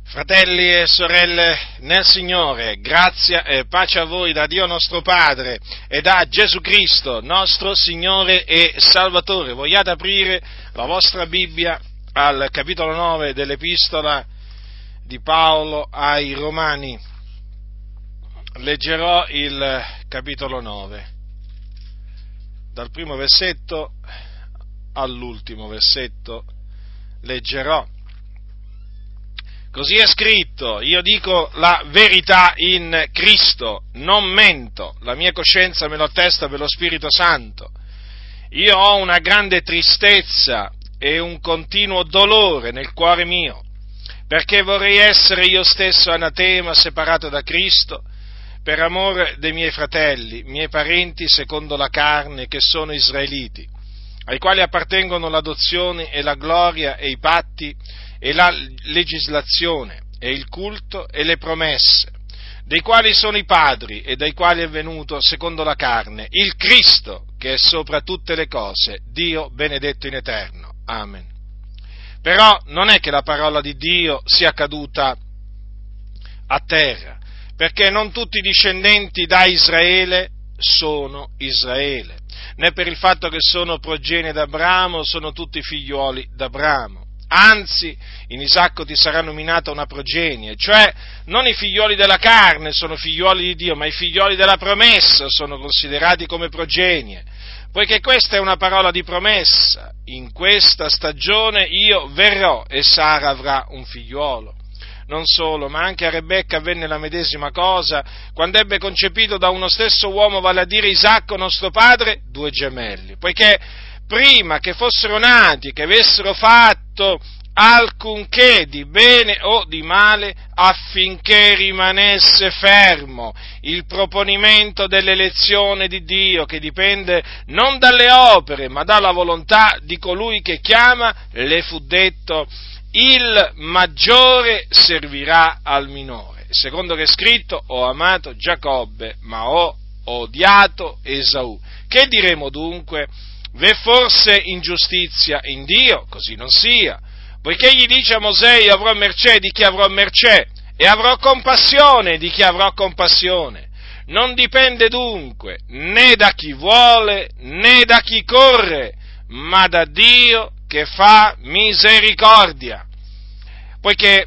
Fratelli e sorelle nel Signore, grazia e pace a voi da Dio nostro Padre e da Gesù Cristo, nostro Signore e Salvatore. Vogliate aprire la vostra Bibbia al capitolo 9 dell'Epistola di Paolo ai Romani. Leggerò il capitolo 9, dal primo versetto all'ultimo versetto leggerò. Così è scritto: io dico la verità in Cristo, non mento, la mia coscienza me lo attesta per lo Spirito Santo. Io ho una grande tristezza e un continuo dolore nel cuore mio, perché vorrei essere io stesso anatema, separato da Cristo, per amore dei miei fratelli, miei parenti secondo la carne, che sono israeliti, ai quali appartengono l'adozione e la gloria e i patti e la legislazione e il culto e le promesse, dei quali sono i padri e dai quali è venuto secondo la carne il Cristo, che è sopra tutte le cose, Dio benedetto in eterno. Amen. Però non è che la parola di Dio sia caduta a terra, perché non tutti i discendenti da Israele sono Israele, né per il fatto che sono progenie d'Abramo sono tutti figliuoli d'Abramo. Anzi, in Isacco ti sarà nominata una progenie, cioè non i figlioli della carne sono figlioli di Dio, ma i figlioli della promessa sono considerati come progenie, poiché questa è una parola di promessa: in questa stagione io verrò e Sara avrà un figliuolo. Non solo, ma anche a Rebecca avvenne la medesima cosa, quando ebbe concepito da uno stesso uomo, vale a dire Isacco nostro padre, 2 gemelli, poiché prima che fossero nati, che avessero fatto alcunché di bene o di male, affinché rimanesse fermo il proponimento dell'elezione di Dio, che dipende non dalle opere, ma dalla volontà di colui che chiama, le fu detto: il maggiore servirà al minore. Secondo che è scritto: ho amato Giacobbe, ma ho odiato Esaù. Che diremo dunque? V'è forse ingiustizia in Dio? Così non sia. Poiché gli dice a Mosè: io avrò mercé di chi avrò mercé, e avrò compassione di chi avrò compassione. Non dipende dunque né da chi vuole né da chi corre, ma da Dio che fa misericordia. Poiché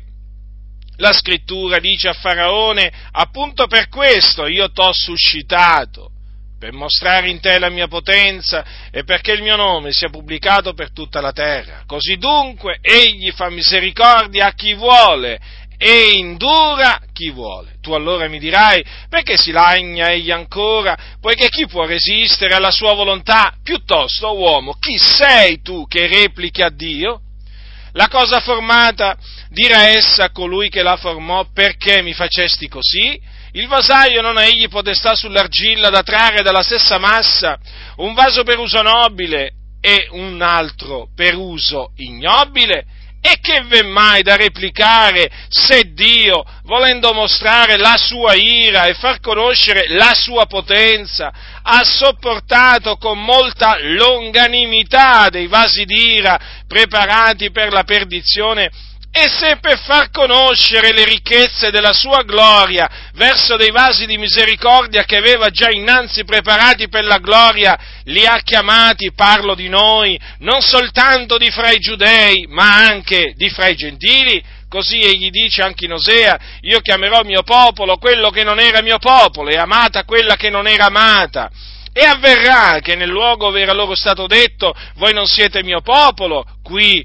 la Scrittura dice a Faraone: appunto per questo io t'ho suscitato, per mostrare in te la mia potenza e perché il mio nome sia pubblicato per tutta la terra. Così dunque egli fa misericordia a chi vuole e indura chi vuole. Tu allora mi dirai: perché si lagna egli ancora? Poiché chi può resistere alla sua volontà? Piuttosto, uomo, chi sei tu che replichi a Dio? La cosa formata, dirà essa a colui che la formò: perché mi facesti così? Il vasaio non ha egli potestà sull'argilla da trarre dalla stessa massa un vaso per uso nobile e un altro per uso ignobile? E che v'è mai da replicare se Dio, volendo mostrare la sua ira e far conoscere la sua potenza, ha sopportato con molta longanimità dei vasi d'ira preparati per la perdizione? E se per far conoscere le ricchezze della sua gloria verso dei vasi di misericordia che aveva già innanzi preparati per la gloria, li ha chiamati, parlo di noi, non soltanto di fra i giudei, ma anche di fra i gentili? Così egli dice anche in Osea: io chiamerò mio popolo quello che non era mio popolo, e amata quella che non era amata. E avverrà che nel luogo ove era loro stato detto: voi non siete mio popolo, qui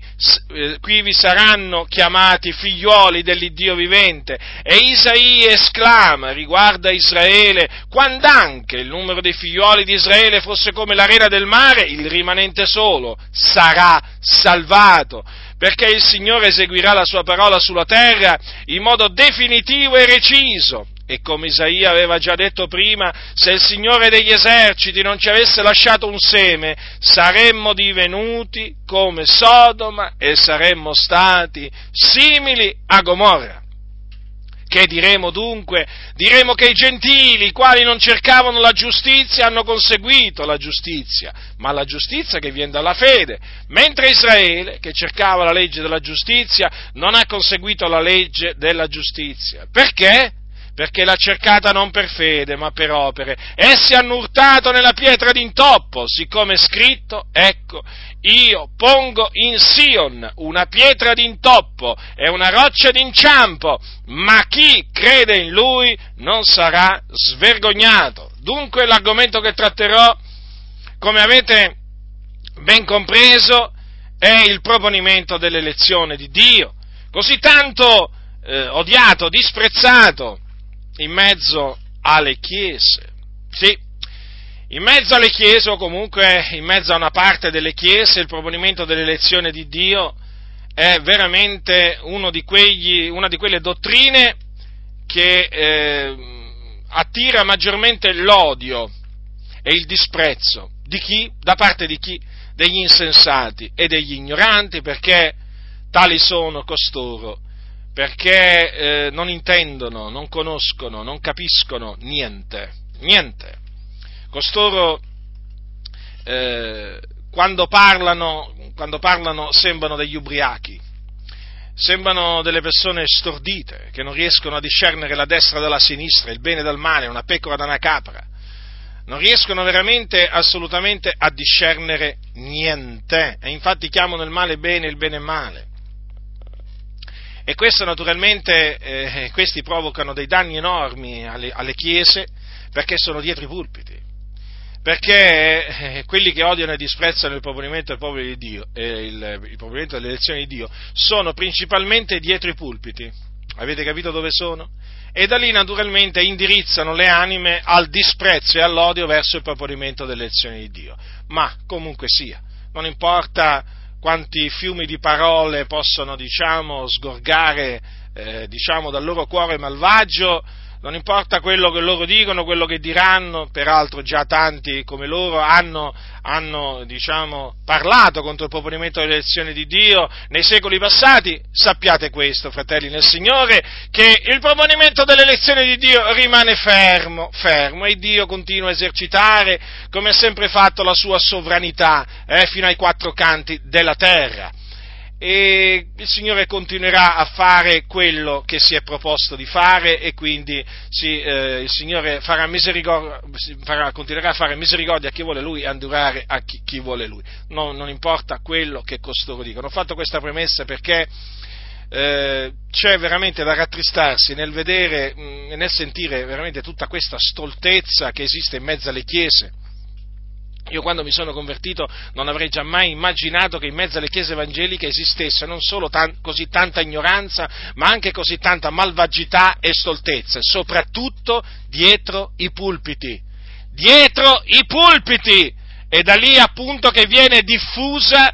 vi saranno chiamati figliuoli dell'Iddio vivente. E Isaia esclama riguardo a Israele: quand'anche il numero dei figliuoli di Israele fosse come l'arena del mare, il rimanente solo sarà salvato, perché il Signore eseguirà la sua parola sulla terra in modo definitivo e reciso. E come Isaia aveva già detto prima, se il Signore degli eserciti non ci avesse lasciato un seme, saremmo divenuti come Sodoma e saremmo stati simili a Gomorra. Che diremo dunque? Diremo che i gentili, i quali non cercavano la giustizia, hanno conseguito la giustizia, ma la giustizia che viene dalla fede, mentre Israele, che cercava la legge della giustizia, non ha conseguito la legge della giustizia. Perché? Perché l'ha cercata non per fede, ma per opere. Essi hanno urtato nella pietra d'intoppo, siccome è scritto, ecco, io pongo in Sion una pietra d'intoppo e una roccia d'inciampo, ma chi crede in lui non sarà svergognato. Dunque l'argomento che tratterò, come avete ben compreso, è il proponimento dell'elezione di Dio, così tanto odiato, disprezzato in mezzo alle chiese. Sì, in mezzo alle chiese, o comunque in mezzo a una parte delle chiese, il proponimento dell'elezione di Dio è veramente una di quelle dottrine che attira maggiormente l'odio e il disprezzo di chi? Da parte di chi? Degli insensati e degli ignoranti, perché tali sono costoro, perché non intendono, non conoscono, non capiscono niente. Costoro quando parlano sembrano degli ubriachi, sembrano delle persone stordite, che non riescono a discernere la destra dalla sinistra, il bene dal male, una pecora da una capra. Non riescono veramente, assolutamente, a discernere niente, e infatti chiamano il male bene e il bene male. E questo naturalmente, questi provocano dei danni enormi alle chiese, perché sono dietro i pulpiti. Perché quelli che odiano e disprezzano il proponimento del popolo di Dio, il proponimento dell'elezione di Dio, sono principalmente dietro i pulpiti. Avete capito dove sono? E da lì naturalmente indirizzano le anime al disprezzo e all'odio verso il proponimento dell'elezione di Dio. Ma comunque sia, non importa quanti fiumi di parole possono, sgorgare, dal loro cuore malvagio, non importa quello che loro dicono, quello che diranno, peraltro già tanti come loro hanno parlato contro il proponimento dell'elezione di Dio nei secoli passati. Sappiate questo, fratelli nel Signore, che il proponimento dell'elezione di Dio rimane fermo, e Dio continua a esercitare, come ha sempre fatto, la sua sovranità, fino ai quattro canti della terra. E il Signore continuerà a fare quello che si è proposto di fare, e quindi il Signore continuerà a fare misericordia a chi vuole Lui e a durare a chi vuole Lui. Non importa quello che costoro dicono. Ho fatto questa premessa perché c'è veramente da rattristarsi nel vedere e nel sentire veramente tutta questa stoltezza che esiste in mezzo alle chiese. Io quando mi sono convertito non avrei già mai immaginato che in mezzo alle chiese evangeliche esistesse non solo così tanta ignoranza, ma anche così tanta malvagità e stoltezza, soprattutto dietro i pulpiti! Dietro i pulpiti! E da lì appunto che viene diffusa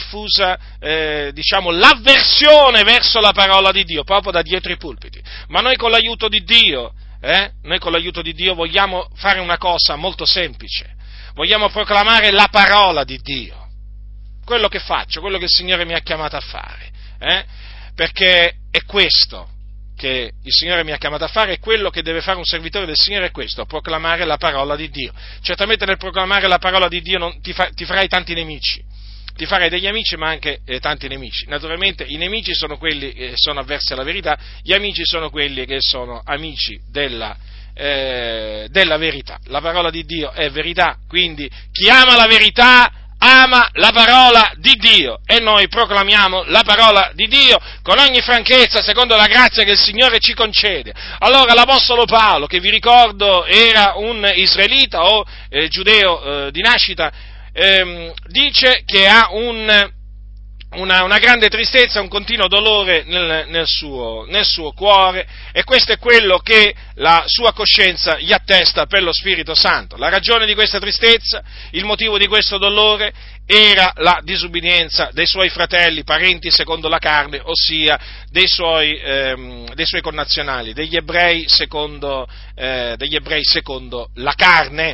l'avversione verso la parola di Dio, proprio da dietro i pulpiti. Ma noi con l'aiuto di Dio vogliamo fare una cosa molto semplice. Vogliamo proclamare la parola di Dio, quello che faccio, quello che il Signore mi ha chiamato a fare, perché è questo che il Signore mi ha chiamato a fare, è quello che deve fare un servitore del Signore, è questo, proclamare la parola di Dio. Certamente nel proclamare la parola di Dio ti farai tanti nemici, ti farai degli amici ma anche tanti nemici. Naturalmente i nemici sono quelli che sono avversi alla verità, gli amici sono quelli che sono amici della verità. La parola di Dio è verità, quindi chi ama la verità ama la parola di Dio, e noi proclamiamo la parola di Dio con ogni franchezza, secondo la grazia che il Signore ci concede. Allora l'Apostolo Paolo, che vi ricordo era un israelita o giudeo di nascita, dice che ha una grande tristezza, un continuo dolore nel suo cuore, e questo è quello che la sua coscienza gli attesta per lo Spirito Santo. La ragione di questa tristezza, il motivo di questo dolore, era la disubbidienza dei suoi fratelli, parenti secondo la carne, ossia dei suoi connazionali, degli ebrei secondo la carne.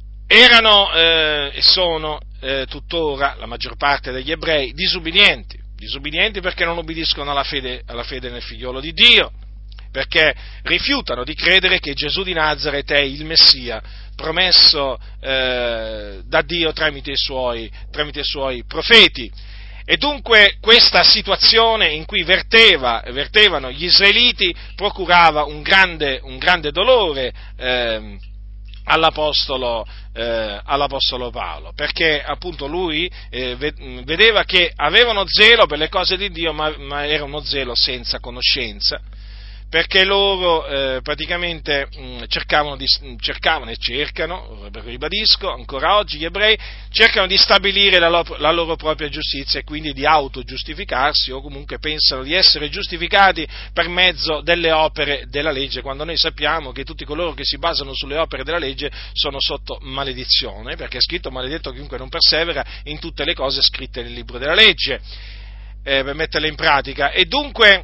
Erano e sono tuttora la maggior parte degli ebrei disubbidienti, Disubbidienti perché non obbediscono alla fede nel figliolo di Dio, perché rifiutano di credere che Gesù di Nazaret è il Messia promesso da Dio tramite i suoi profeti. E dunque questa situazione in cui vertevano gli israeliti procurava un grande dolore all'Apostolo Paolo, perché appunto lui vedeva che avevano zelo per le cose di Dio, ma era uno zelo senza conoscenza, perché loro praticamente cercavano e cercano, ribadisco, ancora oggi gli ebrei cercano di stabilire la loro propria giustizia e quindi di autogiustificarsi, o comunque pensano di essere giustificati per mezzo delle opere della legge, quando noi sappiamo che tutti coloro che si basano sulle opere della legge sono sotto maledizione, perché è scritto: maledetto chiunque non persevera in tutte le cose scritte nel libro della legge, per metterle in pratica. E dunque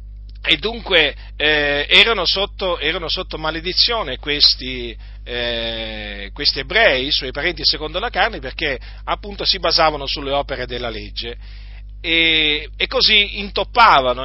erano sotto maledizione questi ebrei, suoi parenti secondo la carne, perché appunto si basavano sulle opere della legge e così intoppavano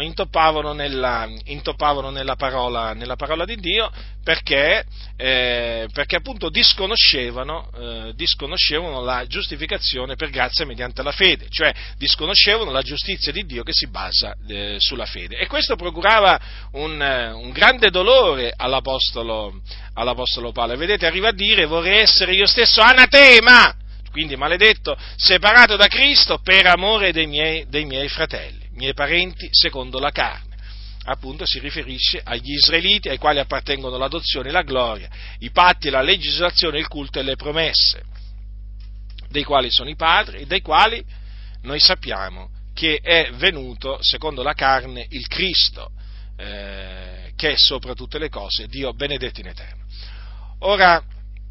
nella parola di Dio, perché appunto disconoscevano la giustificazione per grazia mediante la fede, cioè disconoscevano la giustizia di Dio che si basa sulla fede, e questo procurava un grande dolore all'Apostolo Paolo. E vedete, arriva a dire: vorrei essere io stesso anatema, quindi maledetto, separato da Cristo per amore dei miei fratelli, miei parenti secondo la carne. Appunto si riferisce agli israeliti, ai quali appartengono l'adozione e la gloria, i patti, la legislazione, il culto e le promesse, dei quali sono i padri e dei quali noi sappiamo che è venuto secondo la carne il Cristo, che è sopra tutte le cose, Dio benedetto in eterno. Ora,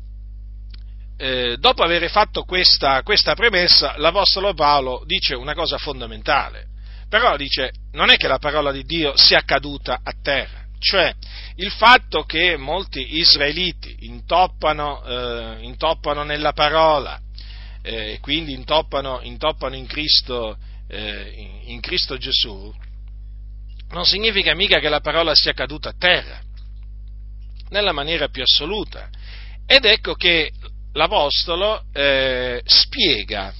dopo aver fatto questa premessa, l'Apostolo Paolo dice una cosa fondamentale, però dice: non è che la parola di Dio sia caduta a terra, cioè il fatto che molti israeliti intoppano nella parola, quindi intoppano in Cristo Gesù, non significa mica che la parola sia caduta a terra, nella maniera più assoluta. Ed ecco che l'Apostolo spiega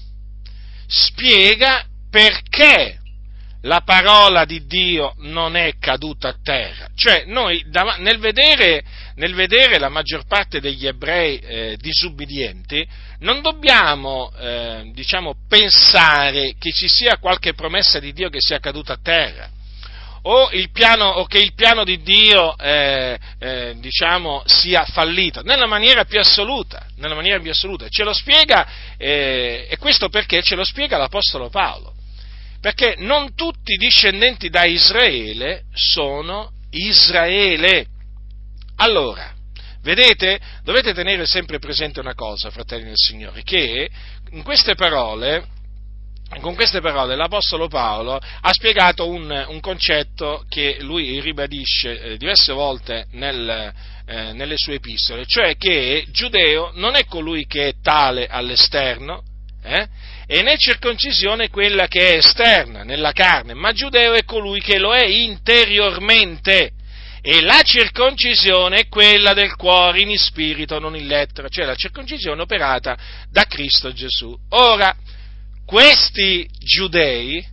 perché la parola di Dio non è caduta a terra. Cioè, noi nel vedere la maggior parte degli ebrei disubbidienti, non dobbiamo pensare che ci sia qualche promessa di Dio che sia caduta a terra, o che il piano di Dio sia fallito, nella maniera più assoluta. Ce lo spiega, e questo perché ce lo spiega l'Apostolo Paolo, perché non tutti i discendenti da Israele sono Israele. Allora, vedete, dovete tenere sempre presente una cosa, fratelli del Signore, che con queste parole l'Apostolo Paolo ha spiegato un concetto che lui ribadisce diverse volte nelle sue epistole, cioè che giudeo non è colui che è tale all'esterno, e né circoncisione quella che è esterna, nella carne, ma giudeo è colui che lo è interiormente. E la circoncisione è quella del cuore, in spirito, non in lettera, cioè la circoncisione operata da Cristo Gesù. Ora, questi giudei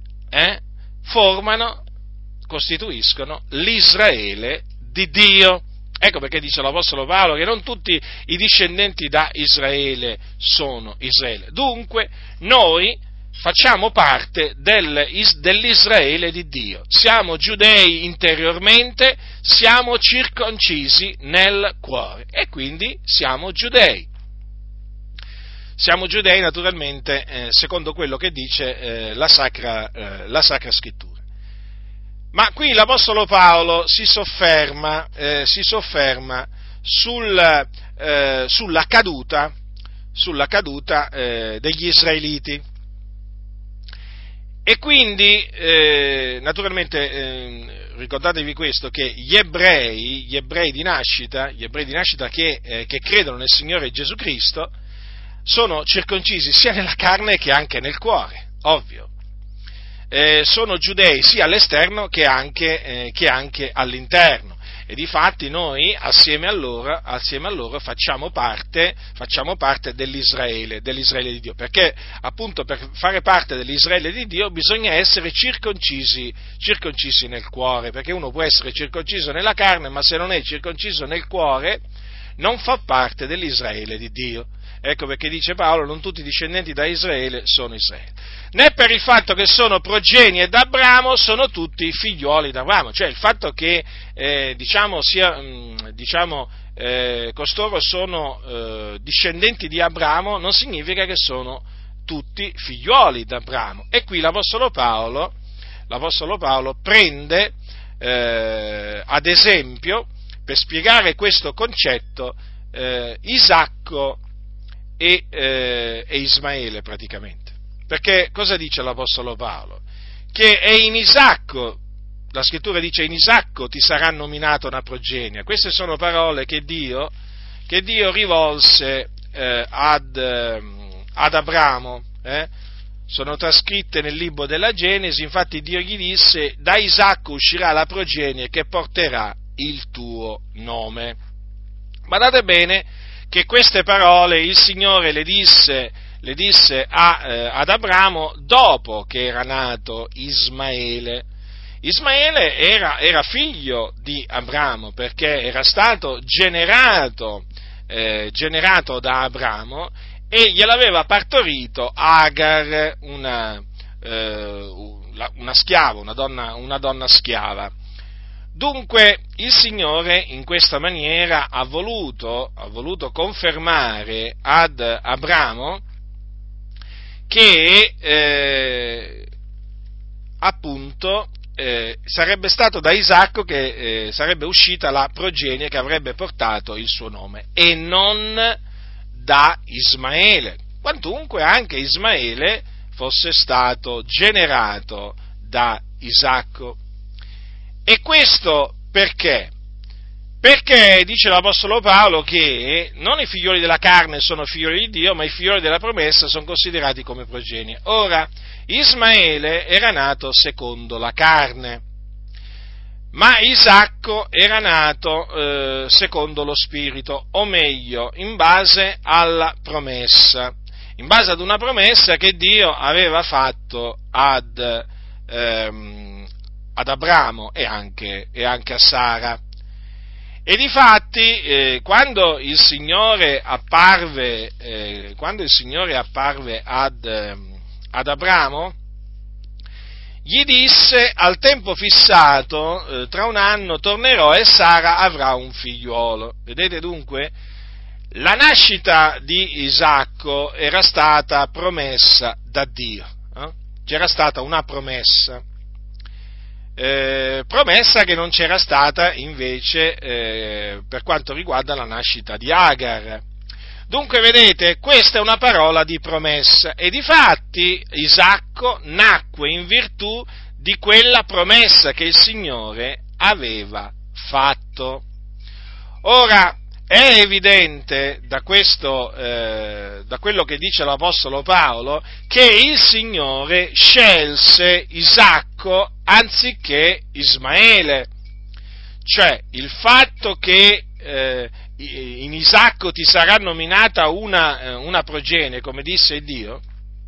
costituiscono l'Israele di Dio. Ecco perché dice l'Apostolo Paolo che non tutti i discendenti da Israele sono Israele. Dunque, noi facciamo parte dell'Israele di Dio. Siamo giudei interiormente, siamo circoncisi nel cuore e quindi siamo giudei. Siamo giudei naturalmente secondo quello che dice la Sacra Scrittura. Ma qui l'Apostolo Paolo si sofferma sulla caduta degli israeliti. E quindi, naturalmente, ricordatevi questo, che gli ebrei di nascita che credono nel Signore Gesù Cristo, sono circoncisi sia nella carne che anche nel cuore, ovvio. sono giudei sia all'esterno che anche all'interno. E difatti noi assieme a loro facciamo parte dell'Israele di Dio, perché appunto per fare parte dell'Israele di Dio bisogna essere circoncisi nel cuore, perché uno può essere circonciso nella carne, ma se non è circonciso nel cuore non fa parte dell'Israele di Dio. Ecco perché dice Paolo: non tutti i discendenti da Israele sono Israele. Né per il fatto che sono progenie d'Abramo sono tutti figliuoli d'Abramo, cioè il fatto che costoro sono discendenti di Abramo non significa che sono tutti figliuoli d'Abramo. E qui l'Apostolo Paolo prende ad esempio, per spiegare questo concetto, Isacco e Ismaele praticamente. Perché cosa dice l'Apostolo Paolo? Che è in Isacco, la scrittura dice: in Isacco ti sarà nominata una progenie. Queste sono parole che Dio rivolse ad Abramo, sono trascritte nel libro della Genesi. Infatti Dio gli disse: da Isacco uscirà la progenie che porterà il tuo nome. Badate bene che queste parole il Signore le disse ad Abramo dopo che era nato Ismaele. Ismaele era figlio di Abramo perché era stato generato da Abramo, e gliel'aveva partorito Agar, una schiava, una donna schiava. Dunque il Signore in questa maniera ha voluto confermare ad Abramo che appunto sarebbe stato da Isacco che sarebbe uscita la progenie che avrebbe portato il suo nome, e non da Ismaele, quantunque anche Ismaele fosse stato generato da Isacco. E questo perché? Perché dice l'Apostolo Paolo che non i figlioli della carne sono figlioli di Dio, ma i figlioli della promessa sono considerati come progenie. Ora, Ismaele era nato secondo la carne, ma Isacco era nato secondo lo Spirito, o meglio, in base alla promessa, in base ad una promessa che Dio aveva fatto ad Abramo e anche a Sara. E difatti quando il Signore apparve ad Abramo, gli disse: al tempo fissato, tra un anno tornerò e Sara avrà un figliuolo. Vedete dunque? La nascita di Isacco era stata promessa da Dio, c'era stata una promessa che non c'era stata invece per quanto riguarda la nascita di Agar. Dunque vedete, questa è una parola di promessa, e difatti Isacco nacque in virtù di quella promessa che il Signore aveva fatto. Ora, è evidente da quello che dice l'Apostolo Paolo, che il Signore scelse Isacco anziché Ismaele. Cioè, il fatto che in Isacco ti sarà nominata una progenie, come disse Dio,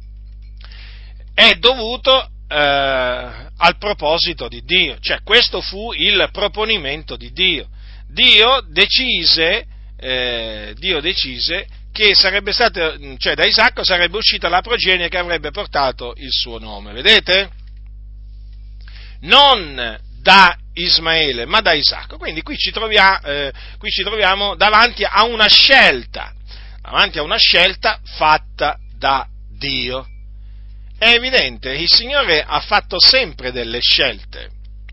è dovuto al proposito di Dio. Cioè, questo fu il proponimento di Dio. Dio decise che sarebbe stata, cioè da Isacco sarebbe uscita la progenie che avrebbe portato il suo nome, vedete? Non da Ismaele, ma da Isacco. Quindi qui ci troviamo davanti a una scelta fatta da Dio. È evidente, il Signore ha fatto sempre delle scelte,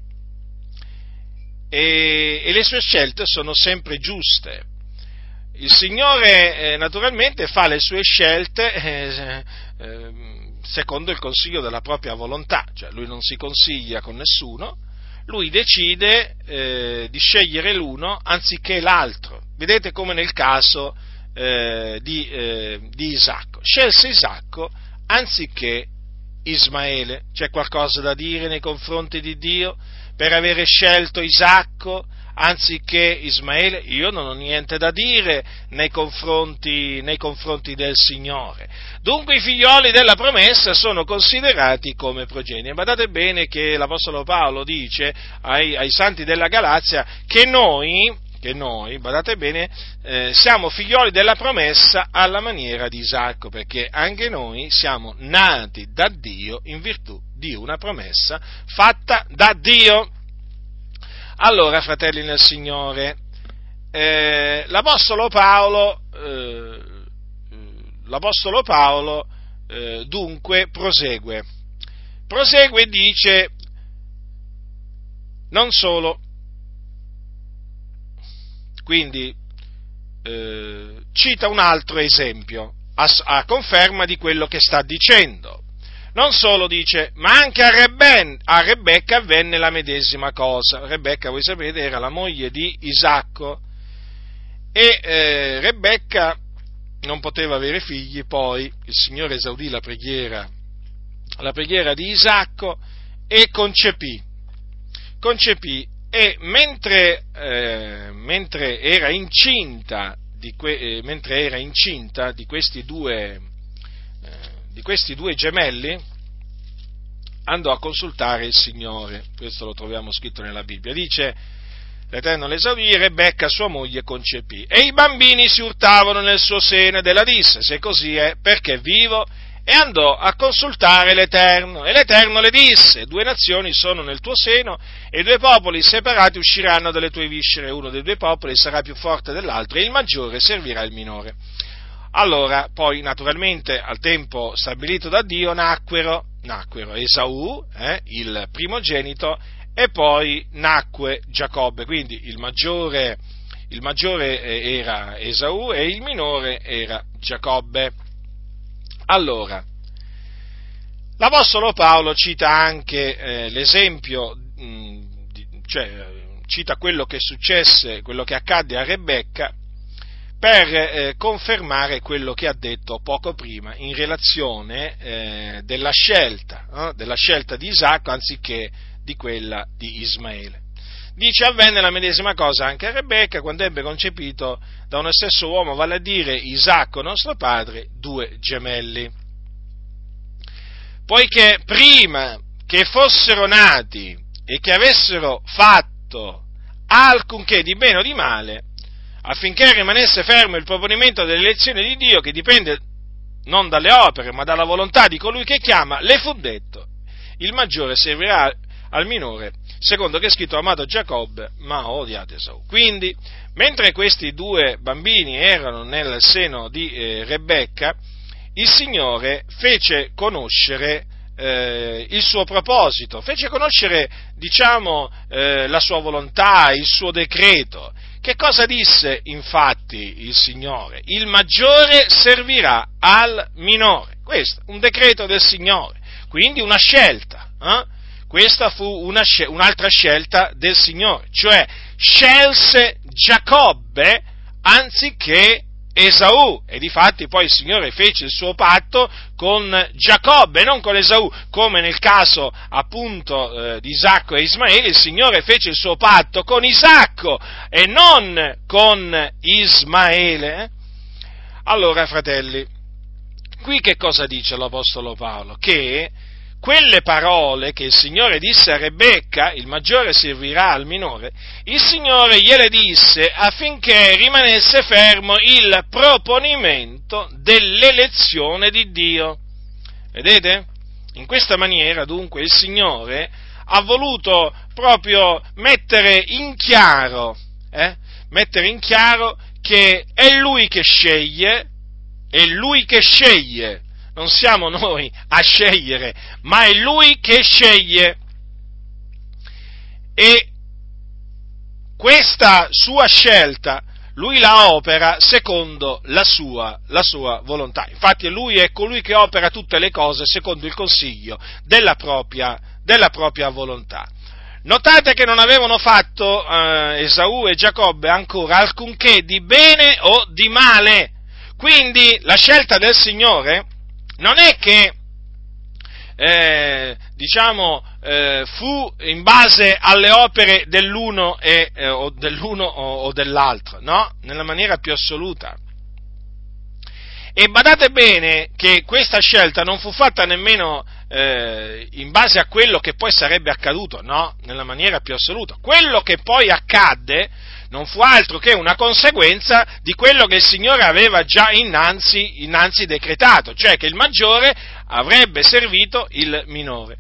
e le sue scelte sono sempre giuste. Il Signore naturalmente fa le sue scelte secondo il consiglio della propria volontà, cioè Lui non si consiglia con nessuno, Lui decide di scegliere l'uno anziché l'altro. Vedete come nel caso di Isacco, scelse Isacco anziché Ismaele. C'è qualcosa da dire nei confronti di Dio per avere scelto Isacco anziché Ismaele? Io non ho niente da dire nei confronti del Signore. Dunque i figlioli della promessa sono considerati come progenie. Badate bene che l'Apostolo Paolo dice ai santi della Galazia che noi, badate bene, siamo figlioli della promessa alla maniera di Isacco, perché anche noi siamo nati da Dio in virtù di una promessa fatta da Dio. Allora, fratelli nel Signore, l'Apostolo Paolo dunque prosegue e dice non solo, quindi cita un altro esempio a conferma di quello che sta dicendo. Non solo dice, ma anche a Rebecca avvenne la medesima cosa. Rebecca, voi sapete, era la moglie di Isacco e Rebecca non poteva avere figli, poi il Signore esaudì la preghiera di Isacco e concepì e mentre era incinta di questi due gemelli, andò a consultare il Signore. Questo lo troviamo scritto nella Bibbia. Dice, l'Eterno l'esaudì, Rebecca sua moglie concepì, e i bambini si urtavano nel suo seno, ed ella disse, se così è, perché vivo? E andò a consultare l'Eterno, e l'Eterno le disse, 2 nazioni sono nel tuo seno, e 2 popoli separati usciranno dalle tue viscere, uno dei 2 popoli sarà più forte dell'altro, e il maggiore servirà il minore. Allora, poi naturalmente al tempo stabilito da Dio nacquero Esaù, il primogenito, e poi nacque Giacobbe, quindi il maggiore era Esaù e il minore era Giacobbe. Allora, l'Apostolo Paolo cita anche l'esempio, cita quello che successe, quello che accadde a Rebecca, per confermare quello che ha detto poco prima in relazione della scelta di Isacco anziché di quella di Ismaele. Dice, avvenne la medesima cosa anche a Rebecca quando ebbe concepito da uno stesso uomo, vale a dire Isacco nostro padre, 2 gemelli. Poiché prima che fossero nati e che avessero fatto alcunché di bene o di male, affinché rimanesse fermo il proponimento dell'elezione di Dio, che dipende non dalle opere, ma dalla volontà di colui che chiama, le fu detto, il maggiore servirà al minore, secondo che è scritto, amato Giacobbe, ma ho odiato Esaù. Quindi, mentre questi 2 bambini erano nel seno di Rebecca, il Signore fece conoscere il suo proposito, fece conoscere, la sua volontà, il suo decreto. Che cosa disse infatti il Signore? Il maggiore servirà al minore. Questo, un decreto del Signore, quindi una scelta. Questa fu un'altra scelta del Signore, cioè scelse Giacobbe anziché Esaù, e difatti poi il Signore fece il suo patto con Giacobbe, non con Esaù, come nel caso appunto di Isacco e Ismaele. Il Signore fece il suo patto con Isacco e non con Ismaele. Allora, fratelli, qui che cosa dice l'Apostolo Paolo? Che quelle parole che il Signore disse a Rebecca, il maggiore servirà al minore, il Signore gliele disse affinché rimanesse fermo il proponimento dell'elezione di Dio. Vedete? In questa maniera, dunque, il Signore ha voluto proprio mettere in chiaro che è Lui che sceglie, non siamo noi a scegliere, ma è Lui che sceglie. E questa sua scelta Lui la opera secondo la sua volontà. Infatti Lui è colui che opera tutte le cose secondo il consiglio della propria volontà. Notate che non avevano fatto Esaù e Giacobbe ancora alcunché di bene o di male. Quindi la scelta del Signore non è che fu in base alle opere dell'uno o dell'altro, no? Nella maniera più assoluta. E badate bene che questa scelta non fu fatta nemmeno in base a quello che poi sarebbe accaduto, no? Nella maniera più assoluta. Quello che poi accadde non fu altro che una conseguenza di quello che il Signore aveva già innanzi decretato, cioè che il maggiore avrebbe servito il minore.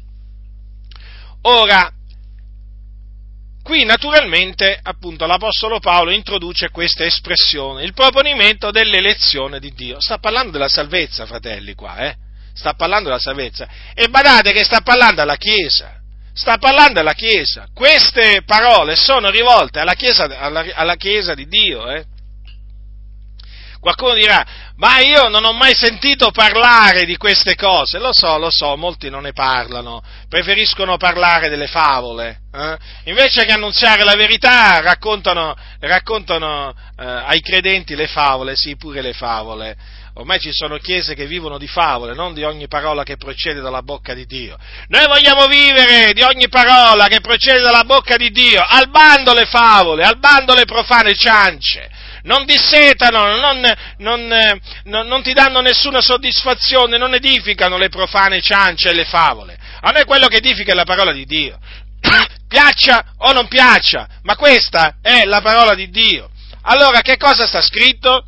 Ora, qui naturalmente, appunto, l'Apostolo Paolo introduce questa espressione, il proponimento dell'elezione di Dio. Sta parlando della salvezza, fratelli, qua, Sta parlando della salvezza. E badate che sta parlando alla Chiesa. Sta parlando alla Chiesa. Queste parole sono rivolte alla Chiesa di Dio, Qualcuno dirà, ma io non ho mai sentito parlare di queste cose. Lo so, molti non ne parlano, preferiscono parlare delle favole. Invece che annunziare la verità, raccontano ai credenti le favole, sì, pure le favole. Ormai ci sono chiese che vivono di favole, non di ogni parola che procede dalla bocca di Dio. Noi vogliamo vivere di ogni parola che procede dalla bocca di Dio, al bando le favole, al bando le profane ciance. Non dissetano, non ti danno nessuna soddisfazione, non edificano le profane ciance e le favole. A noi quello che edifica è la parola di Dio. Piaccia o non piaccia, ma questa è la parola di Dio. Allora, che cosa sta scritto?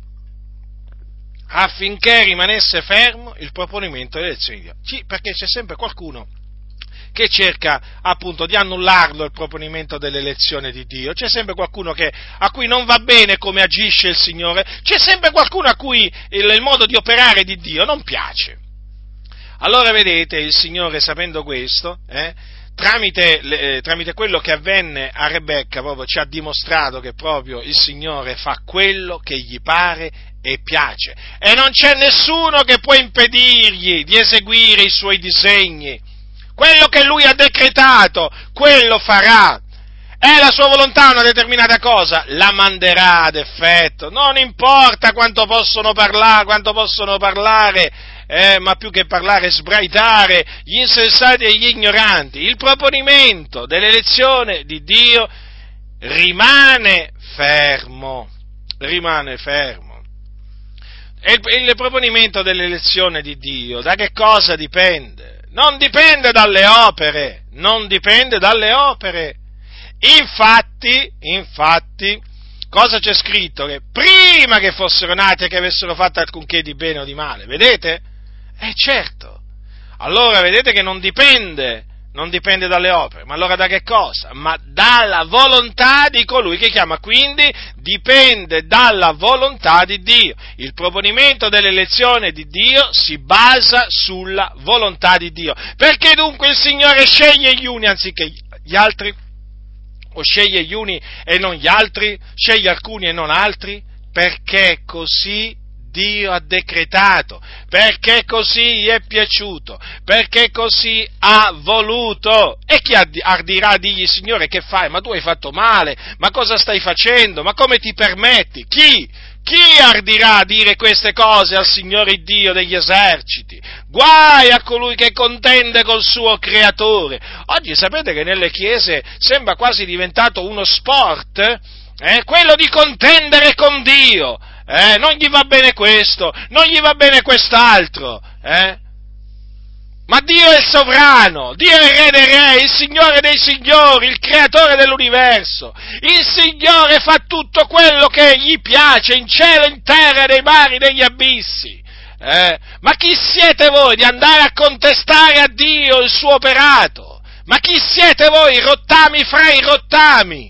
Affinché rimanesse fermo il proponimento dell'elezione di Dio. Sì, perché c'è sempre qualcuno che cerca appunto di annullarlo il proponimento dell'elezione di Dio, c'è sempre qualcuno a cui non va bene come agisce il Signore, c'è sempre qualcuno a cui il modo di operare di Dio non piace. Allora vedete, il Signore, sapendo questo, tramite quello che avvenne a Rebecca, proprio ci ha dimostrato che proprio il Signore fa quello che gli pare e piace, e non c'è nessuno che può impedirgli di eseguire i suoi disegni. Quello che lui ha decretato, quello farà. È la sua volontà una determinata cosa, la manderà ad effetto. Non importa quanto possono parlare, ma più che parlare, sbraitare gli insensati e gli ignoranti. Il proponimento dell'elezione di Dio rimane fermo. E il proponimento dell'elezione di Dio, da che cosa dipende? Non dipende dalle opere. Infatti, cosa c'è scritto? Che prima che fossero nati e che avessero fatto alcunché di bene o di male, vedete? Certo. Allora vedete che non dipende dalle opere, ma allora da che cosa? Ma dalla volontà di colui che chiama, quindi dipende dalla volontà di Dio. Il proponimento dell'elezione di Dio si basa sulla volontà di Dio. Perché dunque il Signore sceglie gli uni anziché gli altri? O sceglie gli uni e non gli altri? Sceglie alcuni e non altri? Perché così Dio ha decretato, perché così gli è piaciuto, perché così ha voluto. E chi ardirà dirgli, Signore, che fai? Ma tu hai fatto male, ma cosa stai facendo? Ma come ti permetti? Chi ardirà a dire queste cose al Signore Dio degli eserciti? Guai a colui che contende col suo creatore. Oggi sapete che nelle chiese sembra quasi diventato uno sport, quello di contendere con Dio. Non gli va bene questo, non gli va bene quest'altro, Ma Dio è il sovrano, Dio è il re dei re, il Signore dei signori, il creatore dell'universo. Il Signore fa tutto quello che gli piace, in cielo, in terra, nei mari, negli abissi. Ma chi siete voi di andare a contestare a Dio il suo operato? Ma chi siete voi, rottami fra i rottami?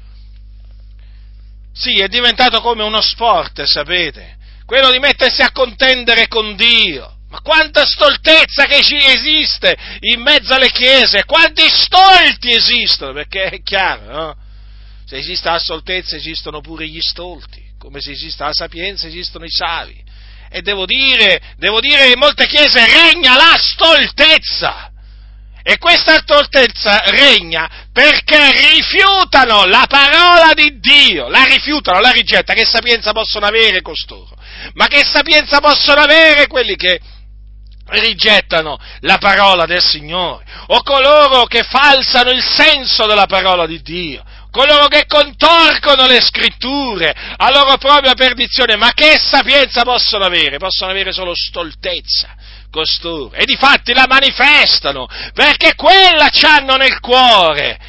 Sì, è diventato come uno sport, sapete, quello di mettersi a contendere con Dio. Ma quanta stoltezza che ci esiste in mezzo alle chiese, quanti stolti esistono, perché è chiaro, no? Se esiste la stoltezza esistono pure gli stolti, come se esiste la sapienza esistono i savi. E devo dire che in molte chiese regna la stoltezza. E questa stoltezza regna perché rifiutano la parola di Dio, la rifiutano, la rigettano. Che sapienza possono avere costoro? Ma che sapienza possono avere quelli che rigettano la parola del Signore, o coloro che falsano il senso della parola di Dio, coloro che contorcono le scritture a loro propria perdizione. Ma che sapienza possono avere? Possono avere solo stoltezza costoro, e difatti la manifestano, perché quella c'hanno nel cuore,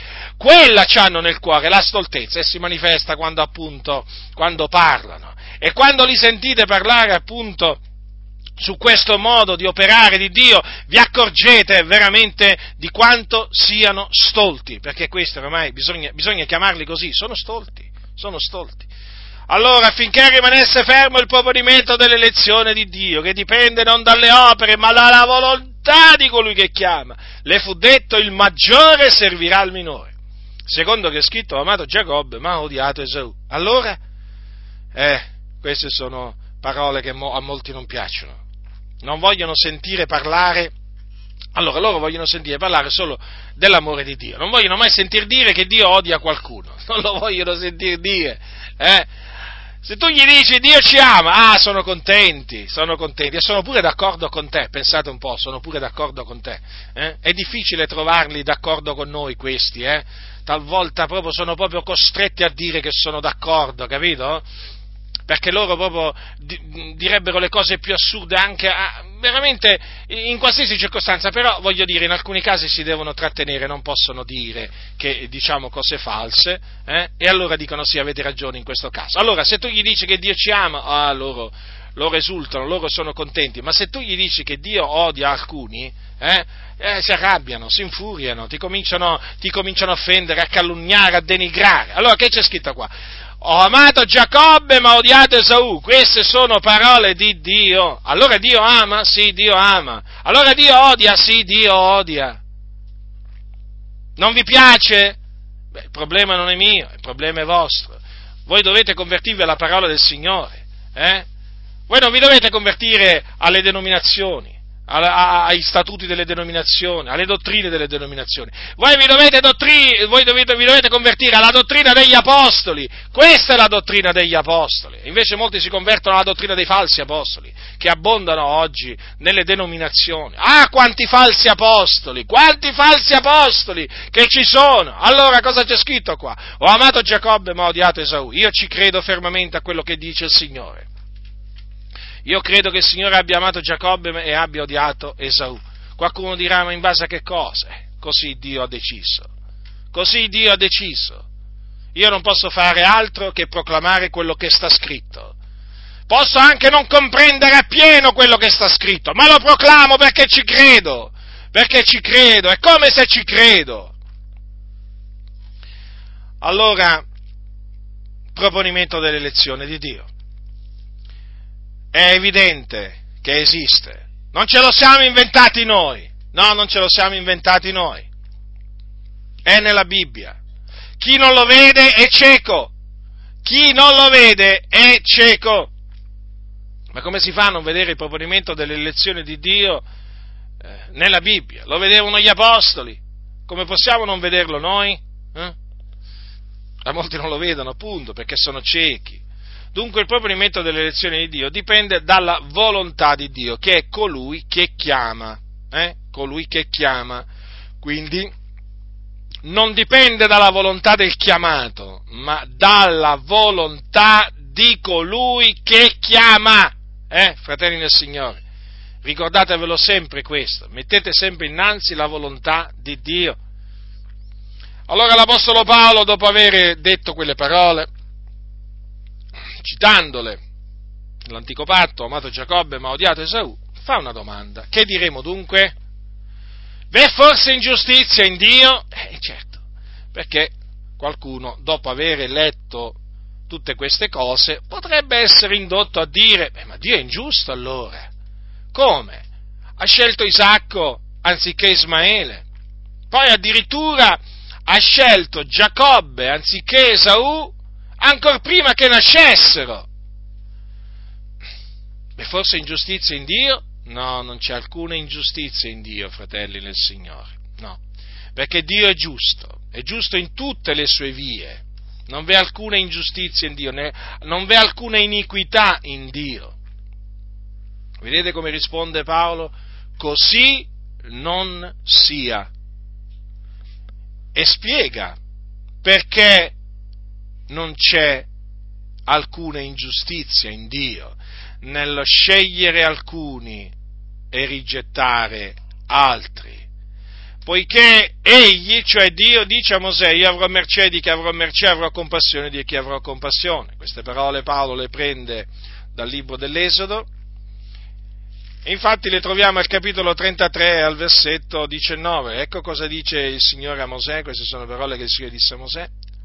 la stoltezza, e si manifesta quando parlano, e quando li sentite parlare appunto su questo modo di operare di Dio, vi accorgete veramente di quanto siano stolti, perché questo ormai bisogna chiamarli così, sono stolti. Allora, affinché rimanesse fermo il proponimento dell'elezione di Dio, che dipende non dalle opere, ma dalla volontà di colui che chiama, le fu detto: il maggiore servirà al minore. Secondo che è scritto: ho amato Giacobbe, ma ho odiato Esau. Allora, queste sono parole che a molti non piacciono. Non vogliono sentire parlare, allora loro vogliono sentire parlare solo dell'amore di Dio, non vogliono mai sentir dire che Dio odia qualcuno, non lo vogliono sentir dire, Se tu gli dici Dio ci ama, sono contenti, e sono pure d'accordo con te, pensate un po', sono pure d'accordo con te, È difficile trovarli d'accordo con noi questi, talvolta sono proprio costretti a dire che sono d'accordo, capito? Perché loro proprio direbbero le cose più assurde anche veramente in qualsiasi circostanza, però voglio dire, in alcuni casi si devono trattenere, non possono dire che diciamo cose false, e allora dicono sì, avete ragione in questo caso. Allora, se tu gli dici che Dio ci ama, loro esultano, loro sono contenti, ma se tu gli dici che Dio odia alcuni, si arrabbiano, si infuriano, ti cominciano a offendere, a calunniare, a denigrare. Allora, che c'è scritto qua? Ho amato Giacobbe, ma ho odiato Esaù. Queste sono parole di Dio. Allora Dio ama? Sì, Dio ama. Allora Dio odia? Sì, Dio odia. Non vi piace? Il problema non è mio, il problema è vostro. Voi dovete convertirvi alla parola del Signore, Voi non vi dovete convertire alle denominazioni, ai statuti delle denominazioni, alle dottrine delle denominazioni. Voi vi dovete convertire alla dottrina degli apostoli. Questa è la dottrina degli apostoli. Invece molti si convertono alla dottrina dei falsi apostoli, che abbondano oggi nelle denominazioni. Quanti falsi apostoli che ci sono! Allora, cosa c'è scritto qua? Ho amato Giacobbe, ma ho odiato Esaù. Io ci credo fermamente a quello che dice il Signore. Io credo che il Signore abbia amato Giacobbe e abbia odiato Esaù. Qualcuno dirà: ma in base a che cose? Così Dio ha deciso. Io non posso fare altro che proclamare quello che sta scritto. Posso anche non comprendere appieno quello che sta scritto, ma lo proclamo perché ci credo, è come se ci credo. Allora, proponimento dell'elezione di Dio. È evidente che esiste, non ce lo siamo inventati noi, è nella Bibbia. Chi non lo vede è cieco, ma come si fa a non vedere il proponimento dell'elezione di Dio nella Bibbia? Lo vedevano gli apostoli, come possiamo non vederlo noi? A molti non lo vedono appunto perché sono ciechi. Dunque il proponimento dell'elezione di Dio dipende dalla volontà di Dio, che è colui che chiama, Quindi non dipende dalla volontà del chiamato, ma dalla volontà di colui che chiama, fratelli nel Signore. Ricordatevelo sempre questo, mettete sempre innanzi la volontà di Dio. Allora l'Apostolo Paolo, dopo aver detto quelle parole, citandole l'antico patto, ho amato Giacobbe ma ho odiato Esaù, fa una domanda: che diremo dunque? V'è forse ingiustizia in Dio? Certo, perché qualcuno, dopo aver letto tutte queste cose, potrebbe essere indotto a dire: ma Dio è ingiusto allora? Come? Ha scelto Isacco anziché Ismaele, poi addirittura ha scelto Giacobbe anziché Esaù ancor prima che nascessero. È forse ingiustizia in Dio? No, non c'è alcuna ingiustizia in Dio, fratelli nel Signore, no, perché Dio è giusto in tutte le sue vie, non v'è alcuna ingiustizia in Dio, non v'è alcuna iniquità in Dio. Vedete come risponde Paolo? così non sia. E spiega perché non c'è alcuna ingiustizia in Dio nello scegliere alcuni e rigettare altri, poiché egli, cioè Dio, dice a Mosè: io avrò mercé di chi avrò mercé, avrò compassione di chi avrò compassione. Queste parole Paolo le prende dal libro dell'Esodo, e infatti le troviamo al capitolo 33 al versetto 19. Ecco cosa dice il Signore a Mosè. Queste sono parole che il Signore disse a Mosè.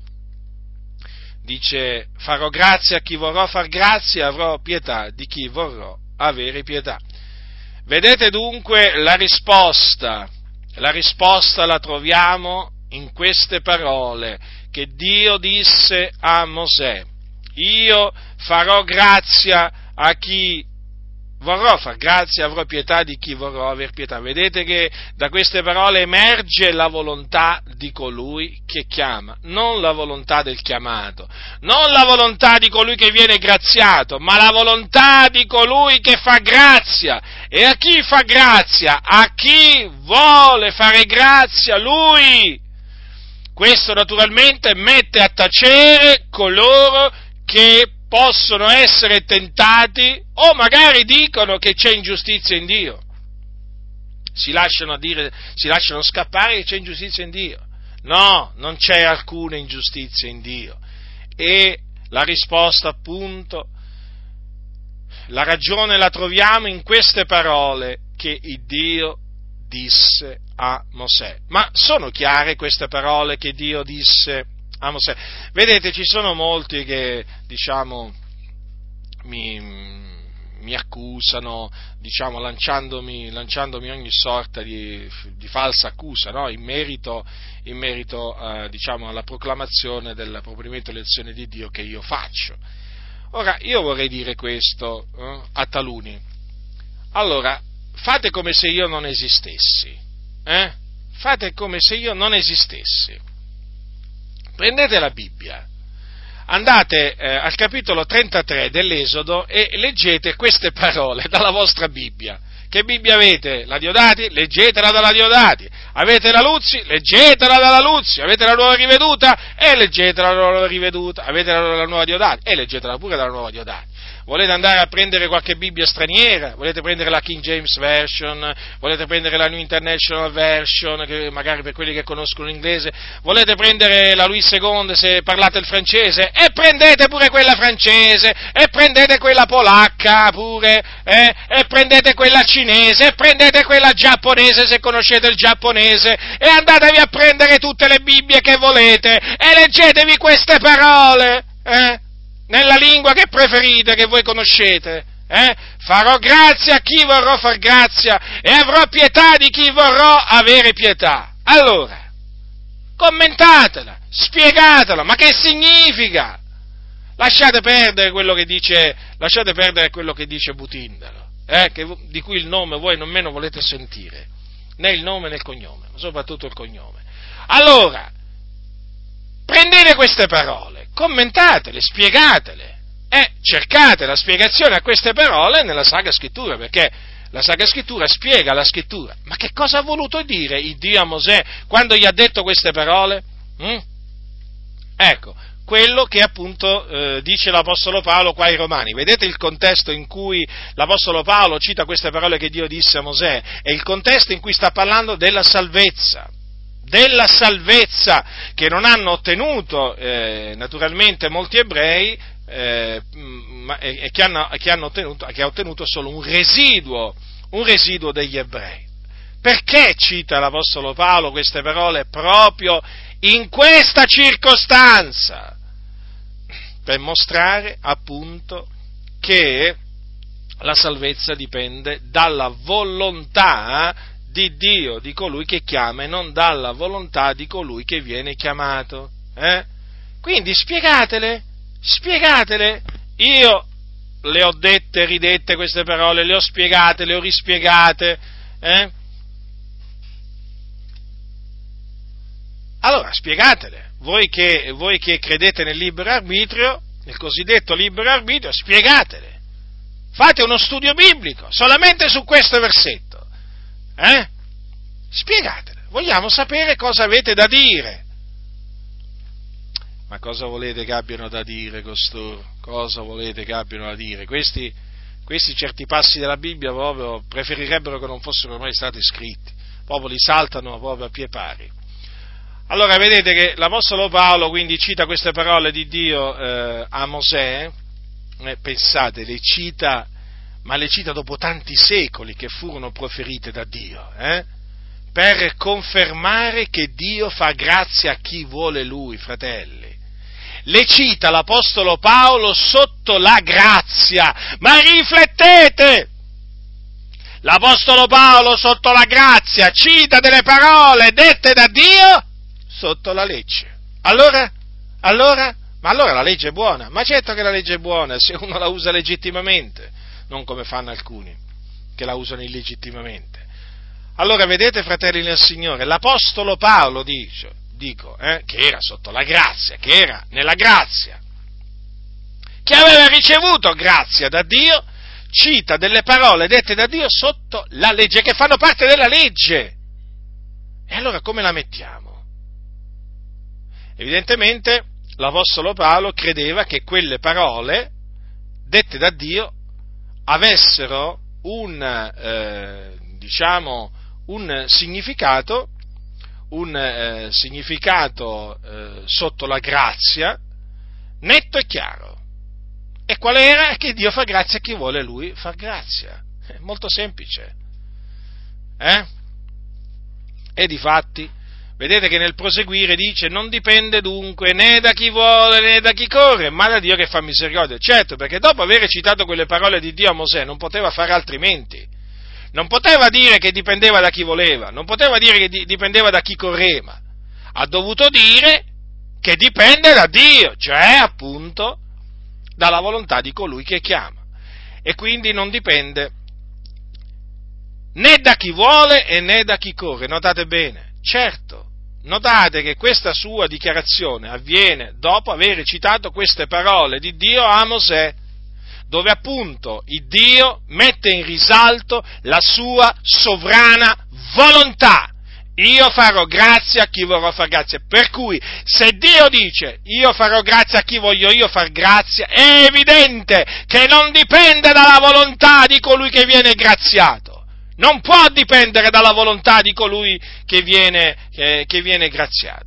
Dice: farò grazia a chi vorrò far grazia, avrò pietà di chi vorrò avere pietà. Vedete dunque la risposta la troviamo in queste parole che Dio disse a Mosè: io farò grazia a chi vorrò far grazia, avrò pietà di chi vorrò aver pietà. Vedete che da queste parole emerge la volontà di colui che chiama, non la volontà del chiamato, non la volontà di colui che viene graziato, ma la volontà di colui che fa grazia. E a chi fa grazia? A chi vuole fare grazia lui. Questo naturalmente mette a tacere coloro che possono essere tentati o magari dicono che c'è ingiustizia in Dio. Si lasciano scappare che c'è ingiustizia in Dio. No, non c'è alcuna ingiustizia in Dio. E la risposta, appunto, la ragione la troviamo in queste parole che il Dio disse a Mosè. Ma sono chiare queste parole che Dio disse a Mosè? Vedete, ci sono molti che, mi accusano, lanciandomi ogni sorta di falsa accusa, no? in merito alla proclamazione del provvedimento elezione di Dio che io faccio. Ora, io vorrei dire questo a taluni. Allora, fate come se io non esistessi, Fate come se io non esistessi. Prendete la Bibbia, andate al capitolo 33 dell'Esodo e leggete queste parole dalla vostra Bibbia. Che Bibbia avete? La Diodati? Leggetela dalla Diodati. Avete la Luzzi? Leggetela dalla Luzzi. Avete la Nuova Riveduta? E leggetela dalla Nuova Riveduta. Avete la Nuova Diodati? E leggetela pure dalla Nuova Diodati. Volete andare a prendere qualche Bibbia straniera? Volete prendere la King James Version? Volete prendere la New International Version, che magari per quelli che conoscono l'inglese? Volete prendere la Louis II se parlate il francese? E prendete pure quella francese, e prendete quella polacca pure, e prendete quella cinese, e prendete quella giapponese se conoscete il giapponese, e andatevi a prendere tutte le Bibbie che volete, e leggetevi queste parole, nella lingua che preferite, che voi conoscete, farò grazia a chi vorrò far grazia e avrò pietà di chi vorrò avere pietà. Allora, commentatela, spiegatela, ma che significa? Lasciate perdere quello che dice Butindaro, di cui il nome voi nemmeno volete sentire, né il nome né il cognome, ma soprattutto il cognome. Allora, prendete queste parole, commentatele, spiegatele, cercate la spiegazione a queste parole nella Sacra Scrittura, perché la Sacra Scrittura spiega la Scrittura. Ma che cosa ha voluto dire il Dio a Mosè quando gli ha detto queste parole? Ecco, quello che appunto dice l'Apostolo Paolo qua ai Romani. Vedete il contesto in cui l'Apostolo Paolo cita queste parole che Dio disse a Mosè? È il contesto in cui sta parlando della salvezza che non hanno ottenuto naturalmente molti ebrei, e che ha ottenuto solo un residuo degli ebrei. Perché cita l'Apostolo Paolo queste parole proprio in questa circostanza? Per mostrare appunto che la salvezza dipende dalla volontà di Dio, di colui che chiama, e non dalla volontà di colui che viene chiamato. Quindi spiegatele. Io le ho dette, ridette queste parole, le ho spiegate, le ho rispiegate. Allora spiegatele. Voi che credete nel libero arbitrio, nel cosiddetto libero arbitrio, spiegatele. Fate uno studio biblico solamente su questo versetto. Spiegatele, vogliamo sapere cosa avete da dire. Ma cosa volete che abbiano da dire costoro? Cosa volete che abbiano da dire? Questi certi passi della Bibbia proprio preferirebbero che non fossero mai stati scritti, proprio li saltano proprio a pie pari. Allora vedete che l'Apostolo Paolo quindi cita queste parole di Dio a Mosè, pensate, le cita dopo tanti secoli che furono proferite da Dio, per confermare che Dio fa grazia a chi vuole Lui, fratelli. Le cita l'Apostolo Paolo sotto la grazia, ma riflettete! L'Apostolo Paolo sotto la grazia cita delle parole dette da Dio sotto la legge. Allora? Ma allora la legge è buona? Ma certo che la legge è buona se uno la usa legittimamente, non come fanno alcuni, che la usano illegittimamente. Allora vedete, fratelli nel Signore, l'Apostolo Paolo che era sotto la grazia, che era nella grazia, che aveva ricevuto grazia da Dio, cita delle parole dette da Dio sotto la legge, che fanno parte della legge. E allora come la mettiamo? Evidentemente l'Apostolo Paolo credeva che quelle parole dette da Dio avessero un significato sotto la grazia netto e chiaro. E qual era? Che Dio fa grazia a chi vuole Lui far grazia. È molto semplice. E difatti, vedete che nel proseguire dice: non dipende dunque né da chi vuole né da chi corre, ma da Dio che fa misericordia. Certo, perché dopo aver citato quelle parole di Dio a Mosè non poteva fare altrimenti. Non poteva dire che dipendeva da chi voleva, non poteva dire che dipendeva da chi correva. Ha dovuto dire che dipende da Dio, cioè appunto dalla volontà di colui che chiama. E quindi non dipende né da chi vuole né da chi corre. Notate bene, certo, notate che questa sua dichiarazione avviene dopo aver citato queste parole di Dio a Mosè, dove appunto il Dio mette in risalto la sua sovrana volontà. Io farò grazia a chi vorrò far grazia. Per cui, se Dio dice io farò grazia a chi voglio io far grazia, è evidente che non dipende dalla volontà di colui che viene graziato. Non può dipendere dalla volontà di colui che viene graziato.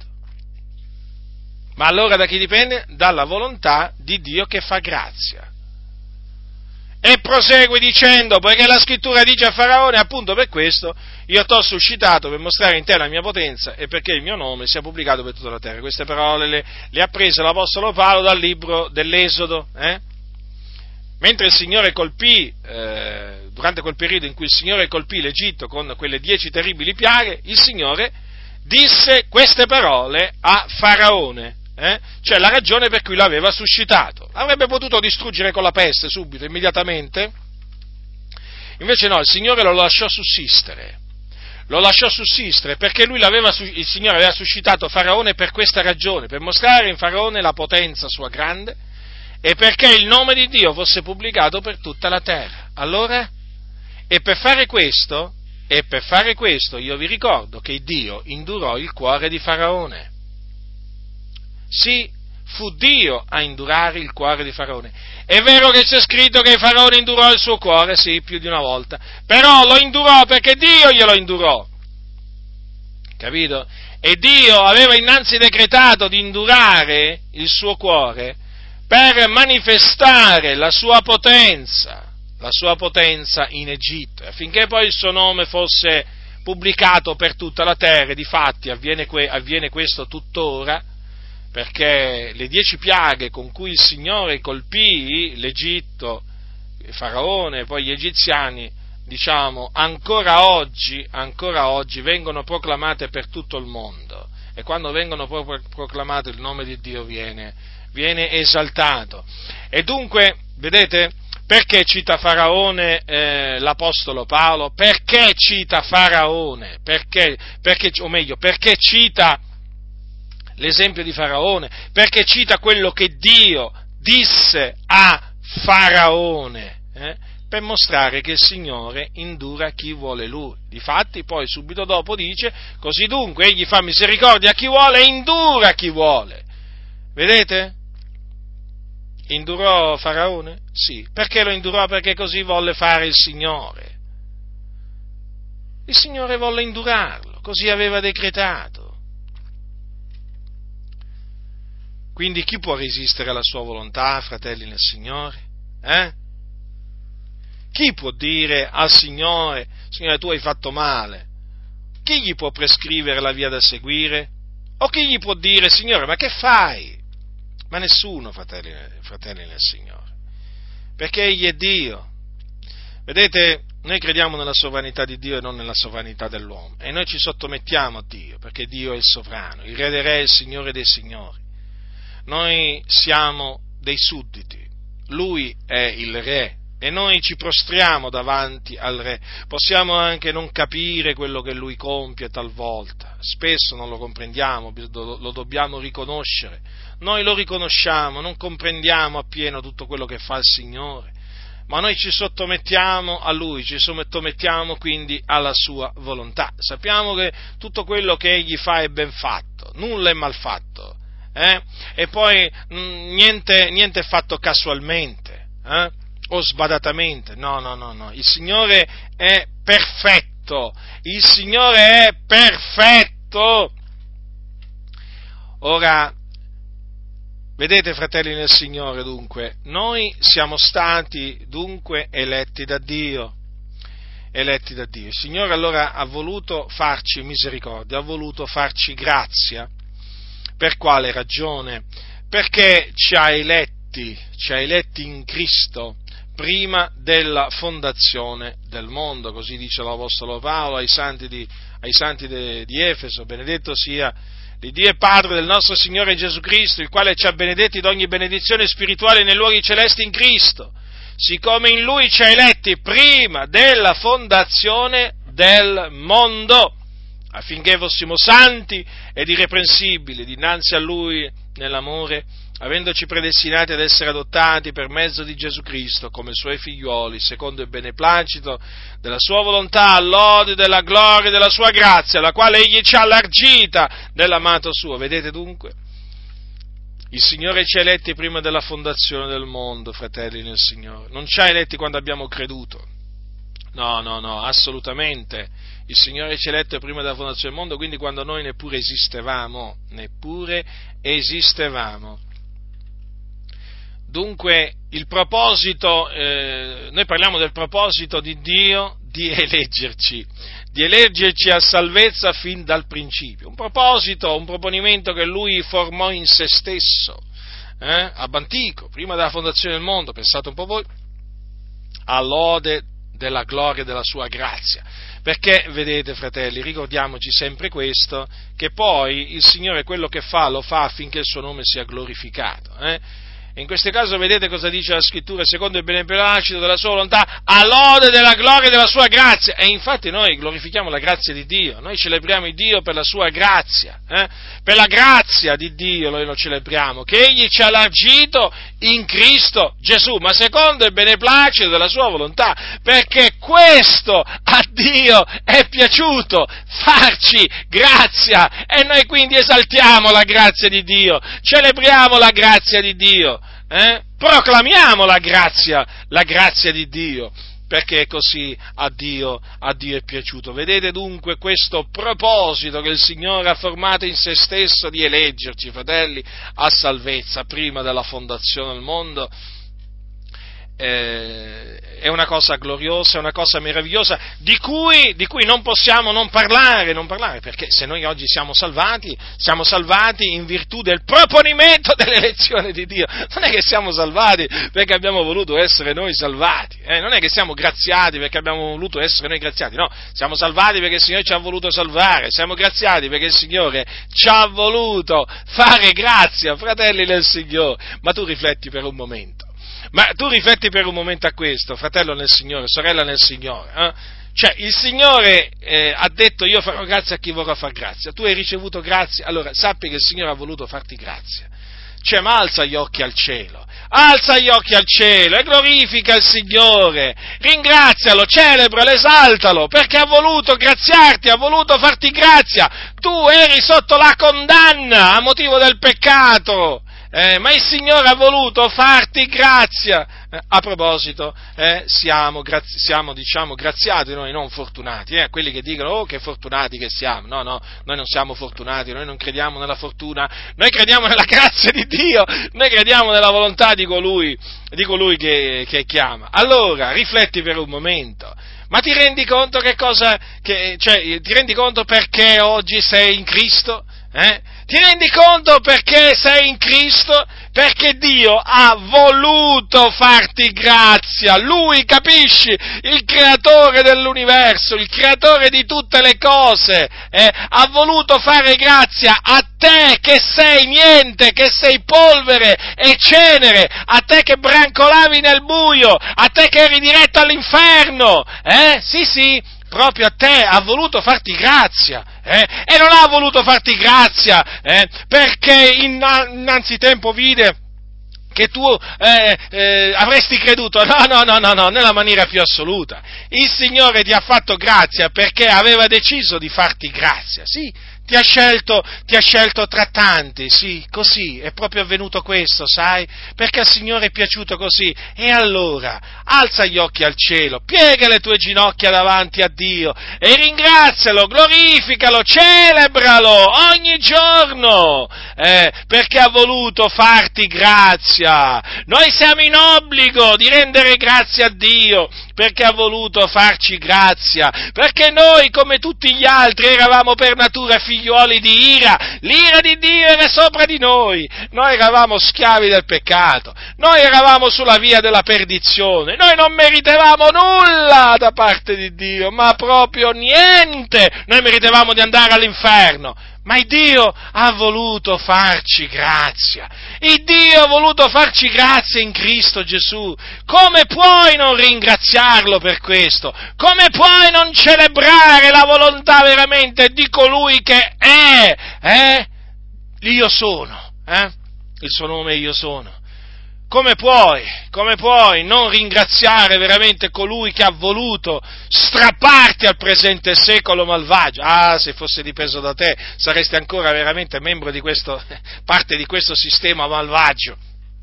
Ma allora da chi dipende? Dalla volontà di Dio che fa grazia. E prosegue dicendo: poiché la scrittura dice a Faraone, appunto per questo io t'ho suscitato per mostrare in te la mia potenza e perché il mio nome sia pubblicato per tutta la terra. Queste parole le ha prese l'Apostolo Paolo dal libro dell'Esodo. Mentre il Signore colpì, durante quel periodo in cui il Signore colpì l'Egitto con quelle 10 terribili piaghe, il Signore disse queste parole a Faraone. Cioè la ragione per cui l'aveva suscitato. Avrebbe potuto distruggere con la peste subito, immediatamente, invece no, il Signore lo lasciò sussistere perché il Signore aveva suscitato Faraone per questa ragione, per mostrare in Faraone la potenza sua grande e perché il nome di Dio fosse pubblicato per tutta la terra. Allora, e per fare questo io vi ricordo che Dio indurò il cuore di Faraone. Sì, fu Dio a indurare il cuore di Faraone. È vero che c'è scritto che Faraone indurò il suo cuore, sì, più di una volta, però lo indurò perché Dio glielo indurò, capito? E Dio aveva innanzi decretato di indurare il suo cuore per manifestare la sua potenza in Egitto, affinché poi il suo nome fosse pubblicato per tutta la terra. Difatti avviene questo tuttora, perché le 10 piaghe con cui il Signore colpì l'Egitto, Faraone e poi gli egiziani, ancora oggi vengono proclamate per tutto il mondo, e quando vengono proclamate il nome di Dio viene esaltato. E dunque, vedete, perché cita Faraone l'Apostolo Paolo? Perché cita Faraone? Perché cita l'esempio di Faraone? Perché cita quello che Dio disse a Faraone, per mostrare che il Signore indura chi vuole Lui. Difatti poi subito dopo dice, così dunque Egli fa misericordia a chi vuole e indura chi vuole. Vedete? Indurò Faraone? Sì. Perché lo indurò? Perché così volle fare il Signore. Il Signore volle indurarlo, così aveva decretato. Quindi chi può resistere alla sua volontà, fratelli nel Signore? Chi può dire al Signore, Signore, tu hai fatto male? Chi gli può prescrivere la via da seguire? O chi gli può dire, Signore, ma che fai? Ma nessuno, fratelli nel Signore, perché Egli è Dio. Vedete, noi crediamo nella sovranità di Dio e non nella sovranità dell'uomo, e noi ci sottomettiamo a Dio, perché Dio è il sovrano, il Re dei Re, il Signore dei Signori. Noi siamo dei sudditi, Lui è il Re, e noi ci prostriamo davanti al Re. Possiamo anche non capire quello che Lui compie talvolta, spesso non lo comprendiamo, lo dobbiamo riconoscere. Noi lo riconosciamo, non comprendiamo appieno tutto quello che fa il Signore, ma noi ci sottomettiamo a Lui, ci sottomettiamo quindi alla Sua volontà. Sappiamo che tutto quello che Egli fa è ben fatto, nulla è mal fatto, e poi niente è fatto casualmente, o sbadatamente, no, il Signore è perfetto, il Signore è perfetto. Ora, vedete, fratelli nel Signore, dunque, noi siamo stati dunque eletti da Dio. Il Signore allora ha voluto farci misericordia, ha voluto farci grazia. Per quale ragione? Perché ci ha eletti in Cristo prima della fondazione del mondo, così dice l'Apostolo Paolo ai santi di Efeso: benedetto sia il Dio e Padre del nostro Signore Gesù Cristo, il quale ci ha benedetti d'ogni benedizione spirituale nei luoghi celesti in Cristo, siccome in Lui ci ha eletti prima della fondazione del mondo, affinché fossimo santi ed irreprensibili dinanzi a Lui nell'amore, avendoci predestinati ad essere adottati per mezzo di Gesù Cristo come Suoi figliuoli, secondo il beneplacito della Sua volontà, all'ode della gloria e della Sua grazia, la quale Egli ci ha allargita nell'amato Suo. Vedete dunque? Il Signore ci ha eletti prima della fondazione del mondo, fratelli nel Signore. Non ci ha eletti quando abbiamo creduto. No, assolutamente. Il Signore ci ha eletto prima della fondazione del mondo, quindi quando noi neppure esistevamo. Dunque, il proposito, noi parliamo del proposito di Dio di eleggerci a salvezza fin dal principio. Un proponimento che Lui formò in se stesso, ab antico, prima della fondazione del mondo, pensate un po' voi, all'ode della gloria e della Sua grazia. Perché, vedete, fratelli, ricordiamoci sempre questo, che poi il Signore quello che fa, lo fa affinché il Suo nome sia glorificato. E in questo caso vedete cosa dice la Scrittura: secondo il beneplacito della Sua volontà, all'ode della gloria e della Sua grazia. E infatti noi glorifichiamo la grazia di Dio, noi celebriamo il Dio per la Sua grazia, per la grazia di Dio noi lo celebriamo, che Egli ci ha allargito in Cristo Gesù, ma secondo il beneplacito della Sua volontà, perché questo a Dio è piaciuto, farci grazia, e noi quindi esaltiamo la grazia di Dio, celebriamo la grazia di Dio, proclamiamo la grazia di Dio, perché così a Dio è piaciuto. Vedete dunque questo proposito che il Signore ha formato in se stesso di eleggerci, fratelli, a salvezza prima della fondazione del mondo. È una cosa gloriosa, è una cosa meravigliosa di cui non possiamo non parlare, perché se noi oggi siamo salvati in virtù del proponimento dell'elezione di Dio. Non è che siamo salvati perché abbiamo voluto essere noi salvati, non è che siamo graziati perché abbiamo voluto essere noi graziati, no, siamo salvati perché il Signore ci ha voluto salvare, siamo graziati perché il Signore ci ha voluto fare grazia, fratelli del Signore. Ma tu rifletti per un momento a questo, fratello nel Signore, sorella nel Signore, Cioè, il Signore ha detto: io farò grazia a chi vorrà far grazia. Tu hai ricevuto grazia, allora sappi che il Signore ha voluto farti grazia. Cioè, ma alza gli occhi al cielo. Alza gli occhi al cielo e glorifica il Signore, ringrazialo, celebralo, esaltalo, perché ha voluto graziarti, ha voluto farti grazia. Tu eri sotto la condanna a motivo del peccato, ma il Signore ha voluto farti grazia. A proposito, siamo graziati noi, non fortunati, quelli che dicono, oh, che fortunati che siamo. No, noi non siamo fortunati, noi non crediamo nella fortuna, noi crediamo nella grazia di Dio, noi crediamo nella volontà di colui che chiama. Allora, rifletti per un momento. Ma ti rendi conto ti rendi conto perché oggi sei in Cristo? Ti rendi conto perché sei in Cristo? Perché Dio ha voluto farti grazia. Lui, capisci? Il creatore dell'universo, il creatore di tutte le cose, ha voluto fare grazia a te che sei niente, che sei polvere e cenere, a te che brancolavi nel buio, a te che eri diretto all'inferno, sì, proprio a te ha voluto farti grazia, e non ha voluto farti grazia, perché innanzitempo vide che tu avresti creduto, no, nella maniera più assoluta. Il Signore ti ha fatto grazia perché aveva deciso di farti grazia, sì. Ti ha scelto tra tanti, sì, così, è proprio avvenuto questo, sai, perché al Signore è piaciuto così, e allora, alza gli occhi al cielo, piega le tue ginocchia davanti a Dio, e ringrazialo, glorificalo, celebralo, ogni giorno, perché ha voluto farti grazia. Noi siamo in obbligo di rendere grazie a Dio, perché ha voluto farci grazia, perché noi, come tutti gli altri, eravamo per natura figliuoli di ira, l'ira di Dio era sopra di noi eravamo schiavi del peccato, noi eravamo sulla via della perdizione, noi non meritavamo nulla da parte di Dio, ma proprio niente, noi meritavamo di andare all'inferno. Ma il Dio ha voluto farci grazia, il Dio ha voluto farci grazia in Cristo Gesù. Come puoi non ringraziarlo per questo? Come puoi non celebrare la volontà veramente di colui che è? Io sono, il suo nome è Io sono. Come puoi non ringraziare veramente colui che ha voluto strapparti al presente secolo malvagio? Ah, se fosse dipeso da te, saresti ancora veramente membro di parte di questo sistema malvagio.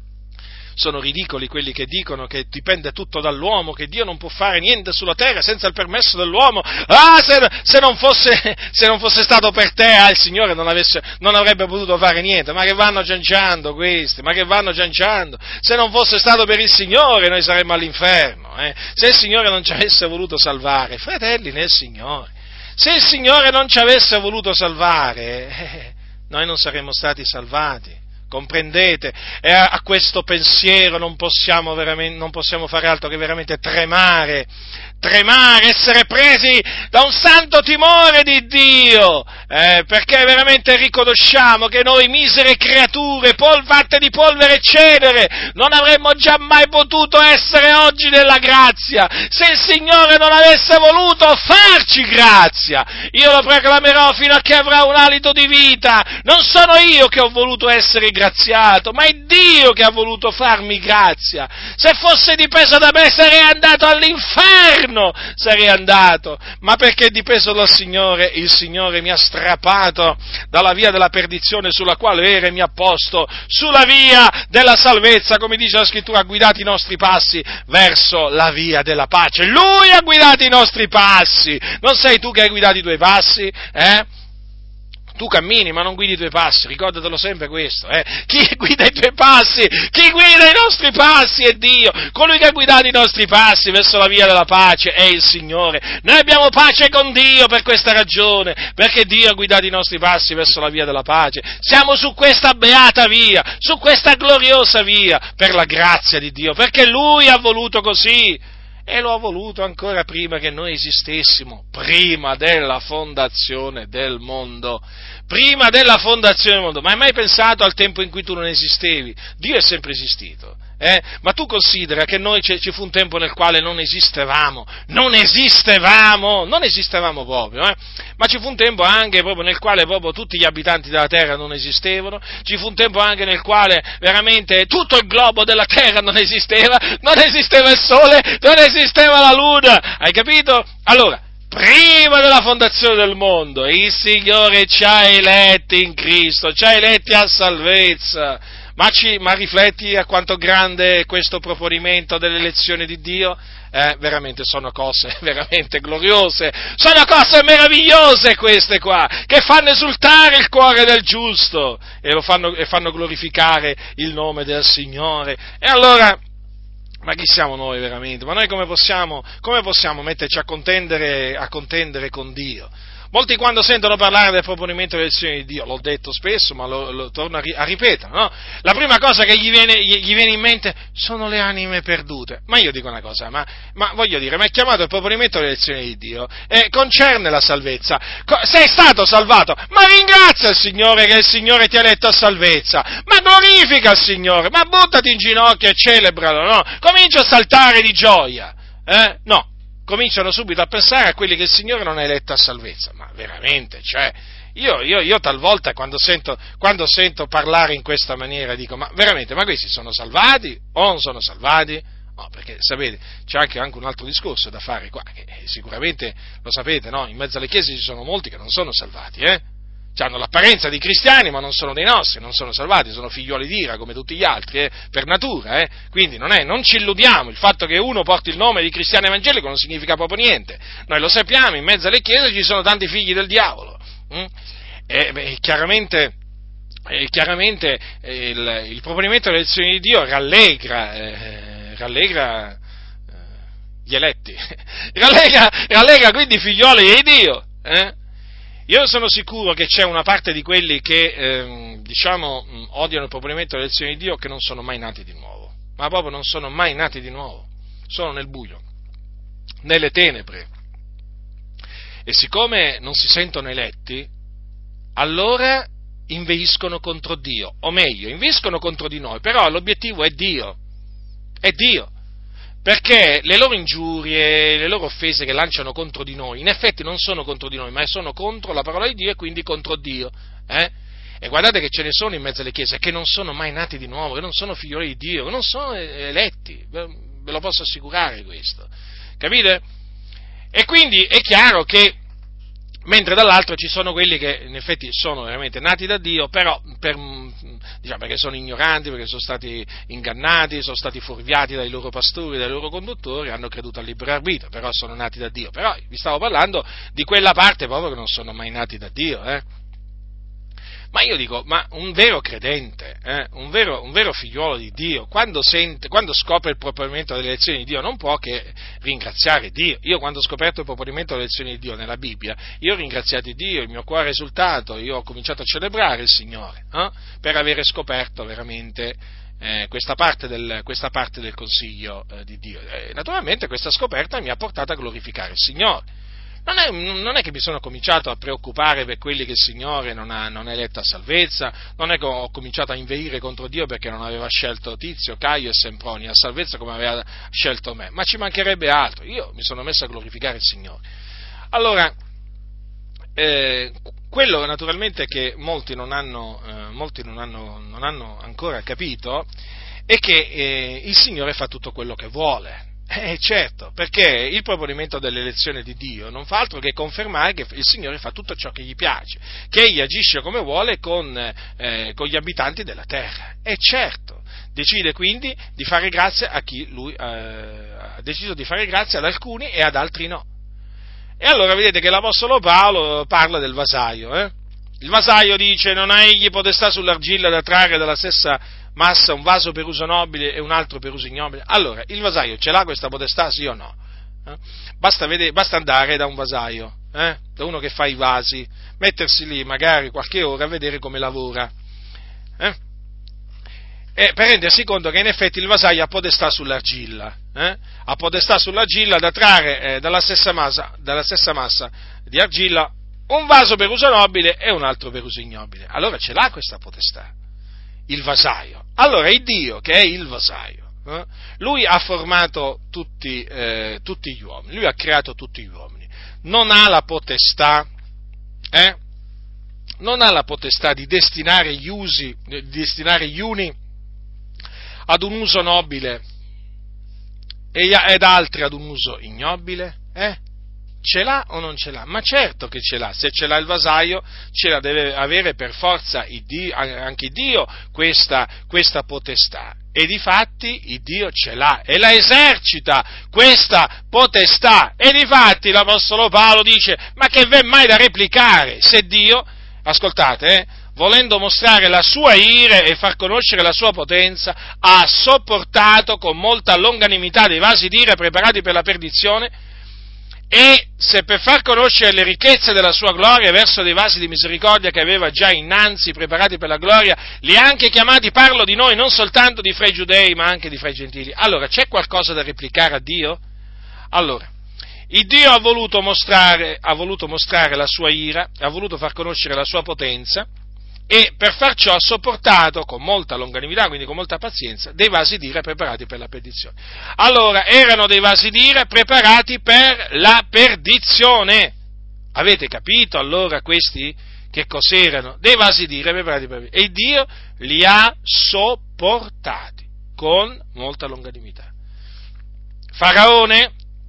Sono ridicoli quelli che dicono che dipende tutto dall'uomo, che Dio non può fare niente sulla terra senza il permesso dell'uomo. Ah, se non fosse stato per te, il Signore non avrebbe potuto fare niente. Ma che vanno cianciando questi? Se non fosse stato per il Signore, noi saremmo all'inferno. Se il Signore non ci avesse voluto salvare, fratelli nel Signore, se il Signore non ci avesse voluto salvare, noi non saremmo stati salvati. Comprendete? E a questo pensiero non possiamo fare altro che veramente tremare, essere presi da un santo timore di Dio, perché veramente riconosciamo che noi misere creature, fatte di polvere e cenere, non avremmo già mai potuto essere oggi nella grazia, se il Signore non avesse voluto farci grazia. Io lo proclamerò fino a che avrà un alito di vita. Non sono io che ho voluto essere graziato, ma è Dio che ha voluto farmi grazia. Se fosse dipeso da me sarei andato all'inferno, ma perché è dipeso dal Signore, il Signore mi ha strappato dalla via della perdizione sulla quale era e mi ha posto sulla via della salvezza, come dice la Scrittura, ha guidato i nostri passi verso la via della pace. Lui ha guidato i nostri passi, non sei tu che hai guidato i tuoi passi, Tu cammini ma non guidi i tuoi passi, ricordatelo sempre questo, Chi guida i tuoi passi, chi guida i nostri passi è Dio, colui che ha guidato i nostri passi verso la via della pace è il Signore. Noi abbiamo pace con Dio per questa ragione, perché Dio ha guidato i nostri passi verso la via della pace. Siamo su questa beata via, su questa gloriosa via, per la grazia di Dio, perché Lui ha voluto così. E lo ha voluto ancora prima che noi esistessimo, prima della fondazione del mondo, prima della fondazione del mondo. Ma hai mai pensato al tempo in cui tu non esistevi? Dio è sempre esistito. Ma tu considera che noi ci fu un tempo nel quale non esistevamo proprio, ma ci fu un tempo anche proprio nel quale proprio tutti gli abitanti della terra non esistevano, ci fu un tempo anche nel quale veramente tutto il globo della terra non esisteva il sole, non esisteva la luna, hai capito? Allora, prima della fondazione del mondo, il Signore ci ha eletti in Cristo, ci ha eletti a salvezza. Ma rifletti a quanto grande è questo proponimento dell'elezione di Dio? Veramente sono cose veramente gloriose, sono cose meravigliose queste qua, che fanno esultare il cuore del giusto e fanno glorificare il nome del Signore. E allora, ma chi siamo noi veramente? Ma noi come possiamo metterci a contendere con Dio? Molti quando sentono parlare del proponimento dell'elezione di Dio, l'ho detto spesso, ma lo torno a ripetere, no? La prima cosa che gli viene in mente sono le anime perdute. Ma io dico una cosa, ma voglio dire, ma è chiamato il proponimento dell'elezione di Dio, concerne la salvezza. Sei stato salvato, ma ringrazia il Signore che il Signore ti ha eletto a salvezza, ma glorifica il Signore, ma buttati in ginocchio e celebralo, no? Comincia a saltare di gioia, no? Cominciano subito a pensare a quelli che il Signore non ha eletto a salvezza, ma veramente, cioè, io talvolta quando sento parlare in questa maniera dico, ma veramente, ma questi sono salvati o non sono salvati? No, perché sapete, c'è anche un altro discorso da fare qua, che sicuramente lo sapete, no? In mezzo alle chiese ci sono molti che non sono salvati, hanno l'apparenza di cristiani, ma non sono dei nostri, non sono salvati, sono figlioli di ira come tutti gli altri, per natura, Quindi non ci illudiamo, il fatto che uno porti il nome di cristiano evangelico non significa proprio niente. Noi lo sappiamo, in mezzo alle chiese ci sono tanti figli del diavolo. Chiaramente il proponimento dell'elezione di Dio rallegra gli eletti, rallegra quindi i figlioli di Dio, Io sono sicuro che c'è una parte di quelli che, odiano il proponimento dell'elezione di Dio che non sono mai nati di nuovo, ma proprio non sono mai nati di nuovo, sono nel buio, nelle tenebre, e siccome non si sentono eletti, allora inveiscono contro Dio, o meglio, inveiscono contro di noi, però l'obiettivo è Dio, perché le loro ingiurie, le loro offese che lanciano contro di noi, in effetti non sono contro di noi, ma sono contro la parola di Dio e quindi contro Dio. E guardate che ce ne sono in mezzo alle chiese che non sono mai nati di nuovo, che non sono figlioli di Dio, che non sono eletti, ve lo posso assicurare questo. Capite? E quindi è chiaro che mentre dall'altro ci sono quelli che in effetti sono veramente nati da Dio, però perché sono ignoranti, perché sono stati ingannati, sono stati fuorviati dai loro pastori, dai loro conduttori, hanno creduto al libero arbitrio, però sono nati da Dio. Però vi stavo parlando di quella parte proprio che non sono mai nati da Dio, Ma io dico, ma un vero credente, un vero figliuolo di Dio, quando scopre il proponimento dell'elezione di Dio, non può che ringraziare Dio. Io quando ho scoperto il proponimento dell'elezione di Dio nella Bibbia, io ho ringraziato Dio, il mio cuore è esultato, io ho cominciato a celebrare il Signore, per avere scoperto veramente questa parte del consiglio di Dio. Naturalmente questa scoperta mi ha portato a glorificare il Signore. Non è che mi sono cominciato a preoccupare per quelli che il Signore non ha eletto a salvezza, non è che ho cominciato a inveire contro Dio perché non aveva scelto Tizio, Caio e Sempronio a salvezza come aveva scelto me, ma ci mancherebbe altro, io mi sono messo a glorificare il Signore. Allora, quello naturalmente che molti non hanno ancora capito è che il Signore fa tutto quello che vuole. Certo, perché il proponimento dell'elezione di Dio non fa altro che confermare che il Signore fa tutto ciò che gli piace, che egli agisce come vuole con gli abitanti della terra. E certo, decide quindi di fare grazia a chi lui ha deciso di fare grazia ad alcuni e ad altri no. E allora vedete che l'Apostolo Paolo parla del vasaio, Il vasaio dice: non ha egli potestà sull'argilla da trarre dalla stessa massa un vaso per uso nobile e un altro per uso ignobile? Allora, il vasaio ce l'ha questa potestà, sì o no? Basta andare da un vasaio, da uno che fa i vasi, mettersi lì magari qualche ora a vedere come lavora, e per rendersi conto che in effetti il vasaio ha potestà sull'argilla, ha potestà sull'argilla da trarre dalla stessa massa di argilla un vaso per uso nobile e un altro per uso ignobile. Allora ce l'ha questa potestà, il vasaio. Allora il Dio, che è il vasaio, lui ha formato tutti gli uomini, lui ha creato tutti gli uomini, non ha la potestà, non ha la potestà di destinare gli uni ad un uso nobile ed altri ad un uso ignobile? Ce l'ha o non ce l'ha? Ma certo che ce l'ha, se ce l'ha il vasaio, ce la deve avere per forza anche Dio questa potestà. E difatti il Dio ce l'ha e la esercita questa potestà. E difatti l'Apostolo Paolo dice: ma che v'è mai da replicare se Dio, ascoltate, volendo mostrare la sua ira e far conoscere la sua potenza, ha sopportato con molta longanimità dei vasi d'ira preparati per la perdizione. E se per far conoscere le ricchezze della sua gloria verso dei vasi di misericordia che aveva già innanzi preparati per la gloria, li ha anche chiamati, parlo di noi, non soltanto di fra i giudei, ma anche di fra i gentili. Allora, c'è qualcosa da replicare a Dio? Allora, il Dio ha voluto mostrare la sua ira, ha voluto far conoscere la sua potenza, e per far ciò ha sopportato con molta longanimità, quindi con molta pazienza, dei vasi d'ira preparati per la perdizione. Allora, erano dei vasi d'ira preparati per la perdizione. Avete capito allora questi che cos'erano? Dei vasi d'ira preparati per la perdizione. E Dio li ha sopportati con molta longanimità. Faraone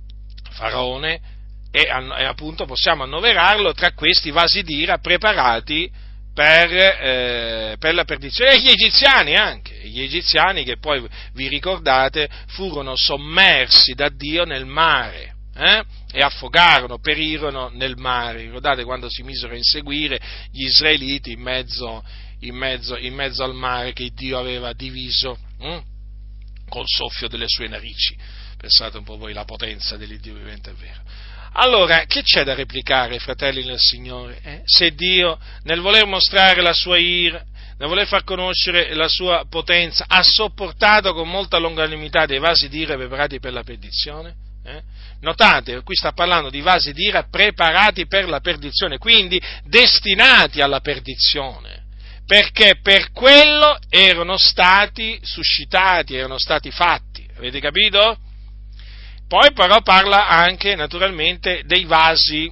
e appunto possiamo annoverarlo tra questi vasi d'ira preparati per la perdizione, e gli egiziani che poi, vi ricordate, furono sommersi da Dio nel mare, e affogarono, perirono nel mare. Ricordate quando si misero a inseguire gli israeliti in mezzo al mare che Dio aveva diviso col soffio delle sue narici. Pensate un po' voi la potenza dell'Iddio vivente, è vero. Allora, che c'è da replicare, fratelli nel Signore? Se Dio, nel voler mostrare la sua ira, nel voler far conoscere la sua potenza, ha sopportato con molta longanimità dei vasi d'ira preparati per la perdizione? Notate, qui sta parlando di vasi d'ira preparati per la perdizione, quindi destinati alla perdizione, perché per quello erano stati suscitati, erano stati fatti. Avete capito? Poi però parla anche naturalmente dei vasi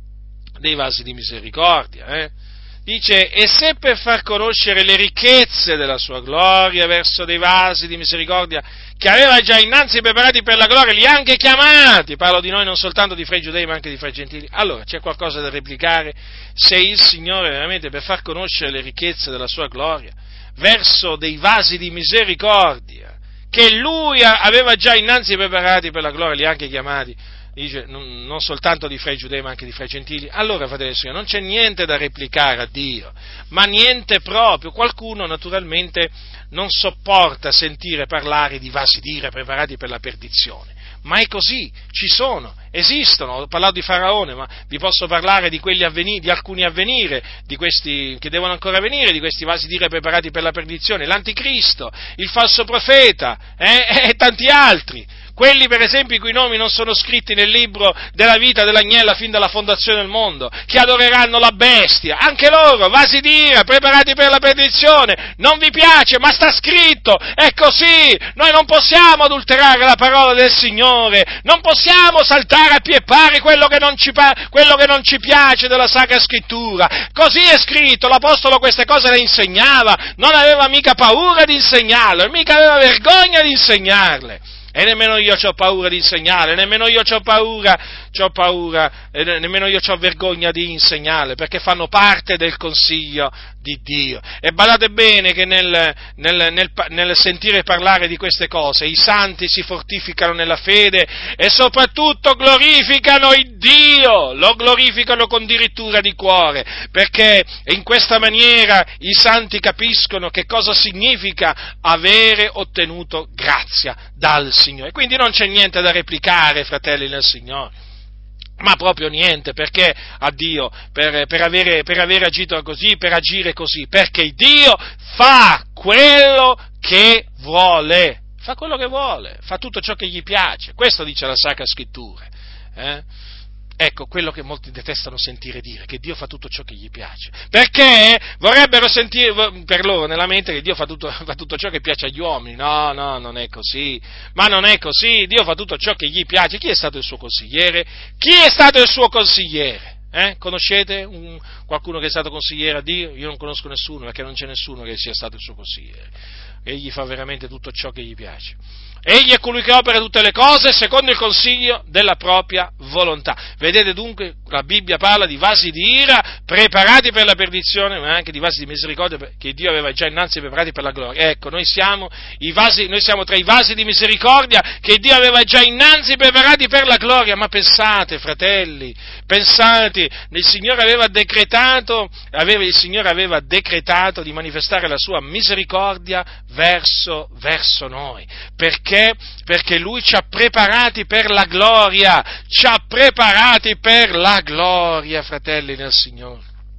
di misericordia. Dice: e se per far conoscere le ricchezze della sua gloria verso dei vasi di misericordia che aveva già innanzi preparati per la gloria, li ha anche chiamati, parlo di noi non soltanto di fra i giudei ma anche di fra i gentili. Allora c'è qualcosa da replicare? Se il Signore veramente per far conoscere le ricchezze della sua gloria verso dei vasi di misericordia che Lui aveva già innanzi preparati per la gloria, li ha anche chiamati, dice, non soltanto di fra i giudei ma anche di fra i gentili. Allora, fratelli del Signore, non c'è niente da replicare a Dio, ma niente proprio. Qualcuno naturalmente non sopporta sentire parlare di vasi d'ira preparati per la perdizione, ma è così, ci sono, esistono. Ho parlato di Faraone, ma vi posso parlare di quelli di alcuni a venire, di questi che devono ancora venire, di questi vasi d'ira preparati per la perdizione, l'anticristo, il falso profeta, e tanti altri. Quelli, per esempio, i cui nomi non sono scritti nel libro della vita dell'agnello fin dalla fondazione del mondo, che adoreranno la bestia, anche loro, vasi d'ira, preparati per la perdizione. Non vi piace, ma sta scritto, è così. Noi non possiamo adulterare la parola del Signore, non possiamo saltare a piè pari quello che non ci piace della Sacra Scrittura. Così è scritto, l'Apostolo queste cose le insegnava, non aveva mica paura di insegnarle, mica aveva vergogna di insegnarle. E nemmeno io ho paura di insegnare, nemmeno io ho vergogna di insegnare, perché fanno parte del consiglio di Dio. E badate bene che nel sentire parlare di queste cose i santi si fortificano nella fede e soprattutto glorificano il Dio, lo glorificano con dirittura di cuore, perché in questa maniera i santi capiscono che cosa significa avere ottenuto grazia dal Signore. Quindi non c'è niente da replicare, fratelli nel Signore. Ma proprio niente, perché a Dio, per aver agito così, per agire così, perché Dio fa quello che vuole, fa tutto ciò che gli piace, questo dice la Sacra Scrittura. Ecco, quello che molti detestano sentire dire, che Dio fa tutto ciò che gli piace, perché vorrebbero sentire per loro nella mente che Dio fa tutto ciò che piace agli uomini. No, non è così, ma non è così, Dio fa tutto ciò che gli piace. Chi è stato il suo consigliere? Chi è stato il suo consigliere? Conoscete qualcuno che è stato consigliere a Dio? Io non conosco nessuno, perché non c'è nessuno che sia stato il suo consigliere. Egli fa veramente tutto ciò che gli piace. Egli è colui che opera tutte le cose secondo il consiglio della propria volontà. Vedete dunque, la Bibbia parla di vasi di ira preparati per la perdizione, ma anche di vasi di misericordia che Dio aveva già innanzi preparati per la gloria. Ecco, noi siamo tra i vasi di misericordia che Dio aveva già innanzi preparati per la gloria. Ma pensate, fratelli, pensate, il Signore aveva decretato di manifestare la sua misericordia verso noi. Perché? Perché Lui ci ha preparati per la gloria, fratelli nel Signore.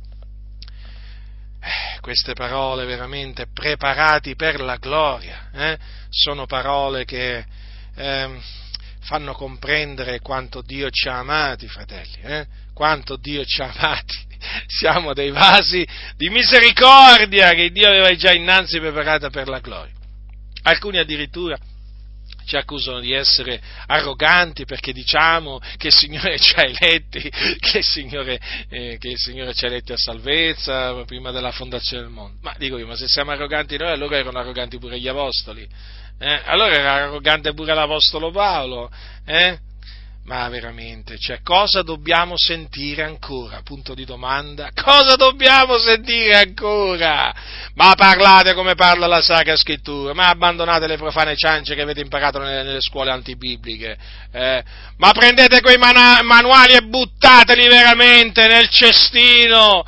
Queste parole veramente, preparati per la gloria, sono parole che fanno comprendere quanto Dio ci ha amati, fratelli, quanto Dio ci ha amati. Siamo dei vasi di misericordia che Dio aveva già innanzi preparata per la gloria. Alcuni addirittura ci accusano di essere arroganti perché diciamo che il Signore ci ha eletti, che il Signore ci ha eletti a salvezza prima della fondazione del mondo. Ma dico io, ma se siamo arroganti noi, allora erano arroganti pure gli apostoli, allora era arrogante pure l'apostolo Paolo, Ma veramente, cosa dobbiamo sentire ancora? Punto di domanda. Cosa dobbiamo sentire ancora? Ma parlate come parla la Sacra Scrittura, ma abbandonate le profane ciance che avete imparato nelle scuole antibibliche, ma prendete quei manuali e buttateli veramente nel cestino,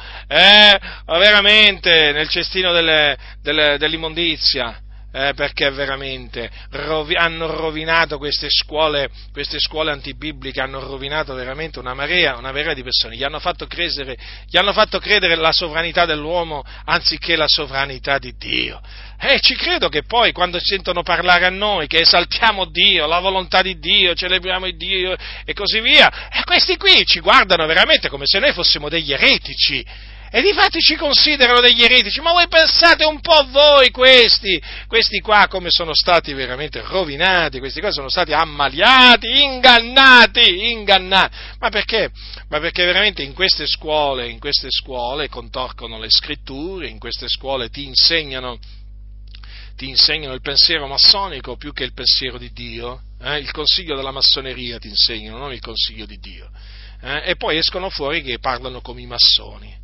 veramente, nel cestino dell'immondizia. Perché veramente hanno rovinato queste scuole antibibliche, hanno rovinato veramente una marea di persone, gli hanno fatto credere la sovranità dell'uomo anziché la sovranità di Dio. Ci credo che poi quando sentono parlare a noi che esaltiamo Dio, la volontà di Dio, celebriamo il Dio e così via, questi qui ci guardano veramente come se noi fossimo degli eretici. E difatti ci considerano degli eretici, ma voi pensate un po' voi questi qua come sono stati veramente rovinati, questi qua sono stati ammaliati, ingannati, ma perché? Ma perché veramente in queste scuole contorcono le scritture, in queste scuole ti insegnano il pensiero massonico più che il pensiero di Dio, il consiglio della massoneria ti insegnano, non il consiglio di Dio, e poi escono fuori che parlano come i massoni.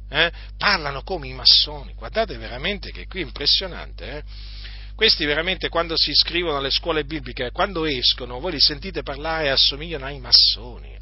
Guardate veramente che qui è impressionante, Questi veramente quando si iscrivono alle scuole bibliche, quando escono, voi li sentite parlare e assomigliano ai massoni,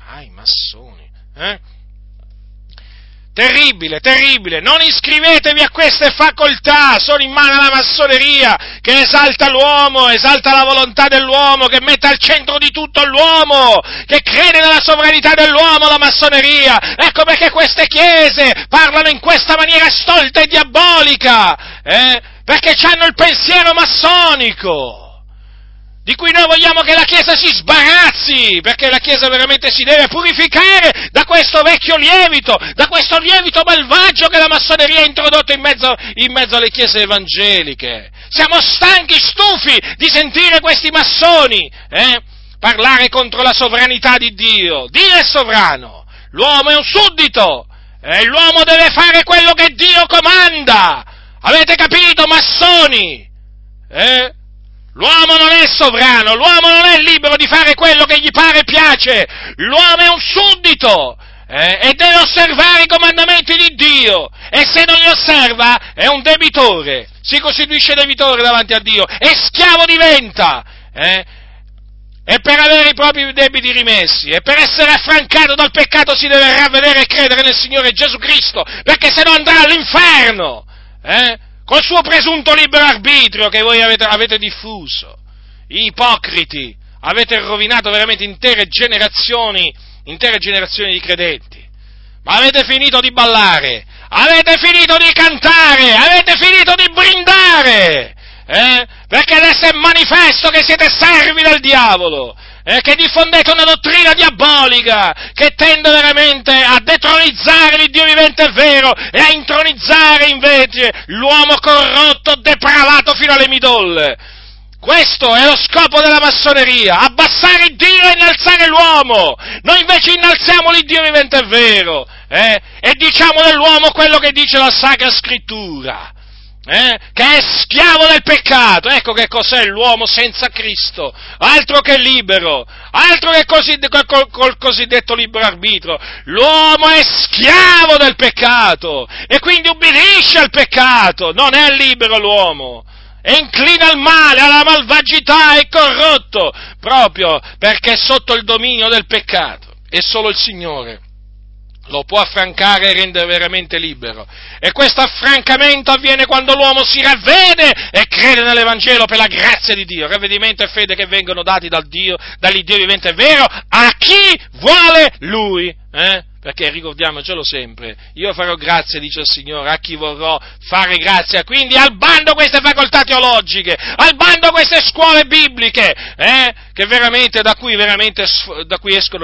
Terribile, non iscrivetevi a queste facoltà, sono in mano alla massoneria, che esalta l'uomo, esalta la volontà dell'uomo, che mette al centro di tutto l'uomo, che crede nella sovranità dell'uomo, la massoneria. Ecco perché queste chiese parlano in questa maniera stolta e diabolica, perché hanno il pensiero massonico, di cui noi vogliamo che la Chiesa si sbarazzi, perché la Chiesa veramente si deve purificare da questo vecchio lievito, da questo lievito malvagio che la massoneria ha introdotto in mezzo alle chiese evangeliche. Siamo stanchi, stufi di sentire questi massoni parlare contro la sovranità di Dio. Dio è sovrano, l'uomo è un suddito, e l'uomo deve fare quello che Dio comanda. Avete capito, massoni? L'uomo non è sovrano, l'uomo non è libero di fare quello che gli pare e piace, l'uomo è un suddito e deve osservare i comandamenti di Dio, e se non li osserva è un debitore, si costituisce debitore davanti a Dio e schiavo diventa, e per avere i propri debiti rimessi e per essere affrancato dal peccato si deve ravvedere e credere nel Signore Gesù Cristo, perché se no andrà all'inferno, col suo presunto libero arbitrio che voi avete diffuso. Ipocriti, avete rovinato veramente intere generazioni di credenti. Ma avete finito di ballare, avete finito di cantare, avete finito di brindare, perché adesso è manifesto che siete servi del diavolo, che diffondete una dottrina diabolica, che tende veramente a detronizzare l'Iddio vivente e vero, e a intronizzare invece l'uomo corrotto, depravato fino alle midolle. Questo è lo scopo della massoneria, abbassare il Dio e innalzare l'uomo. Noi invece innalziamo l'Iddio vivente e vero, e diciamo dell'uomo quello che dice la Sacra Scrittura, che è schiavo del peccato. Ecco che cos'è l'uomo senza Cristo, altro che libero, altro che col cosiddetto libero arbitro. L'uomo è schiavo del peccato e quindi ubbidisce al peccato, non è libero l'uomo. E inclina al male, alla malvagità, è corrotto, proprio perché è sotto il dominio del peccato, e solo il Signore lo può affrancare e rendere veramente libero. E questo affrancamento avviene quando l'uomo si ravvede e crede nell'Evangelo per la grazia di Dio, ravvedimento e fede che vengono dati dall'Iddio vivente e vero a chi vuole Lui, Perché ricordiamocelo sempre, io farò grazia, dice il Signore, a chi vorrò fare grazia. Quindi al bando queste facoltà teologiche, al bando queste scuole bibliche, che veramente da cui escono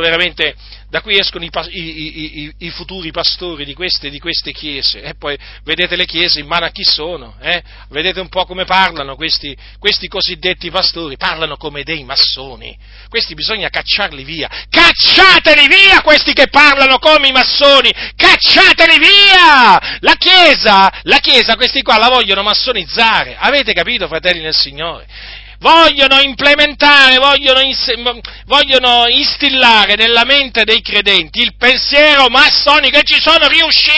i futuri pastori di queste chiese. E poi vedete le chiese in mano a chi sono, Vedete un po' come parlano questi cosiddetti pastori, parlano come dei massoni. Questi bisogna cacciarli via. Cacciateli via questi che parlano come i massoni, cacciateli via! La Chiesa, questi qua la vogliono massonizzare, avete capito, fratelli nel Signore? Vogliono implementare, vogliono instillare nella mente dei credenti il pensiero massonico, e ci sono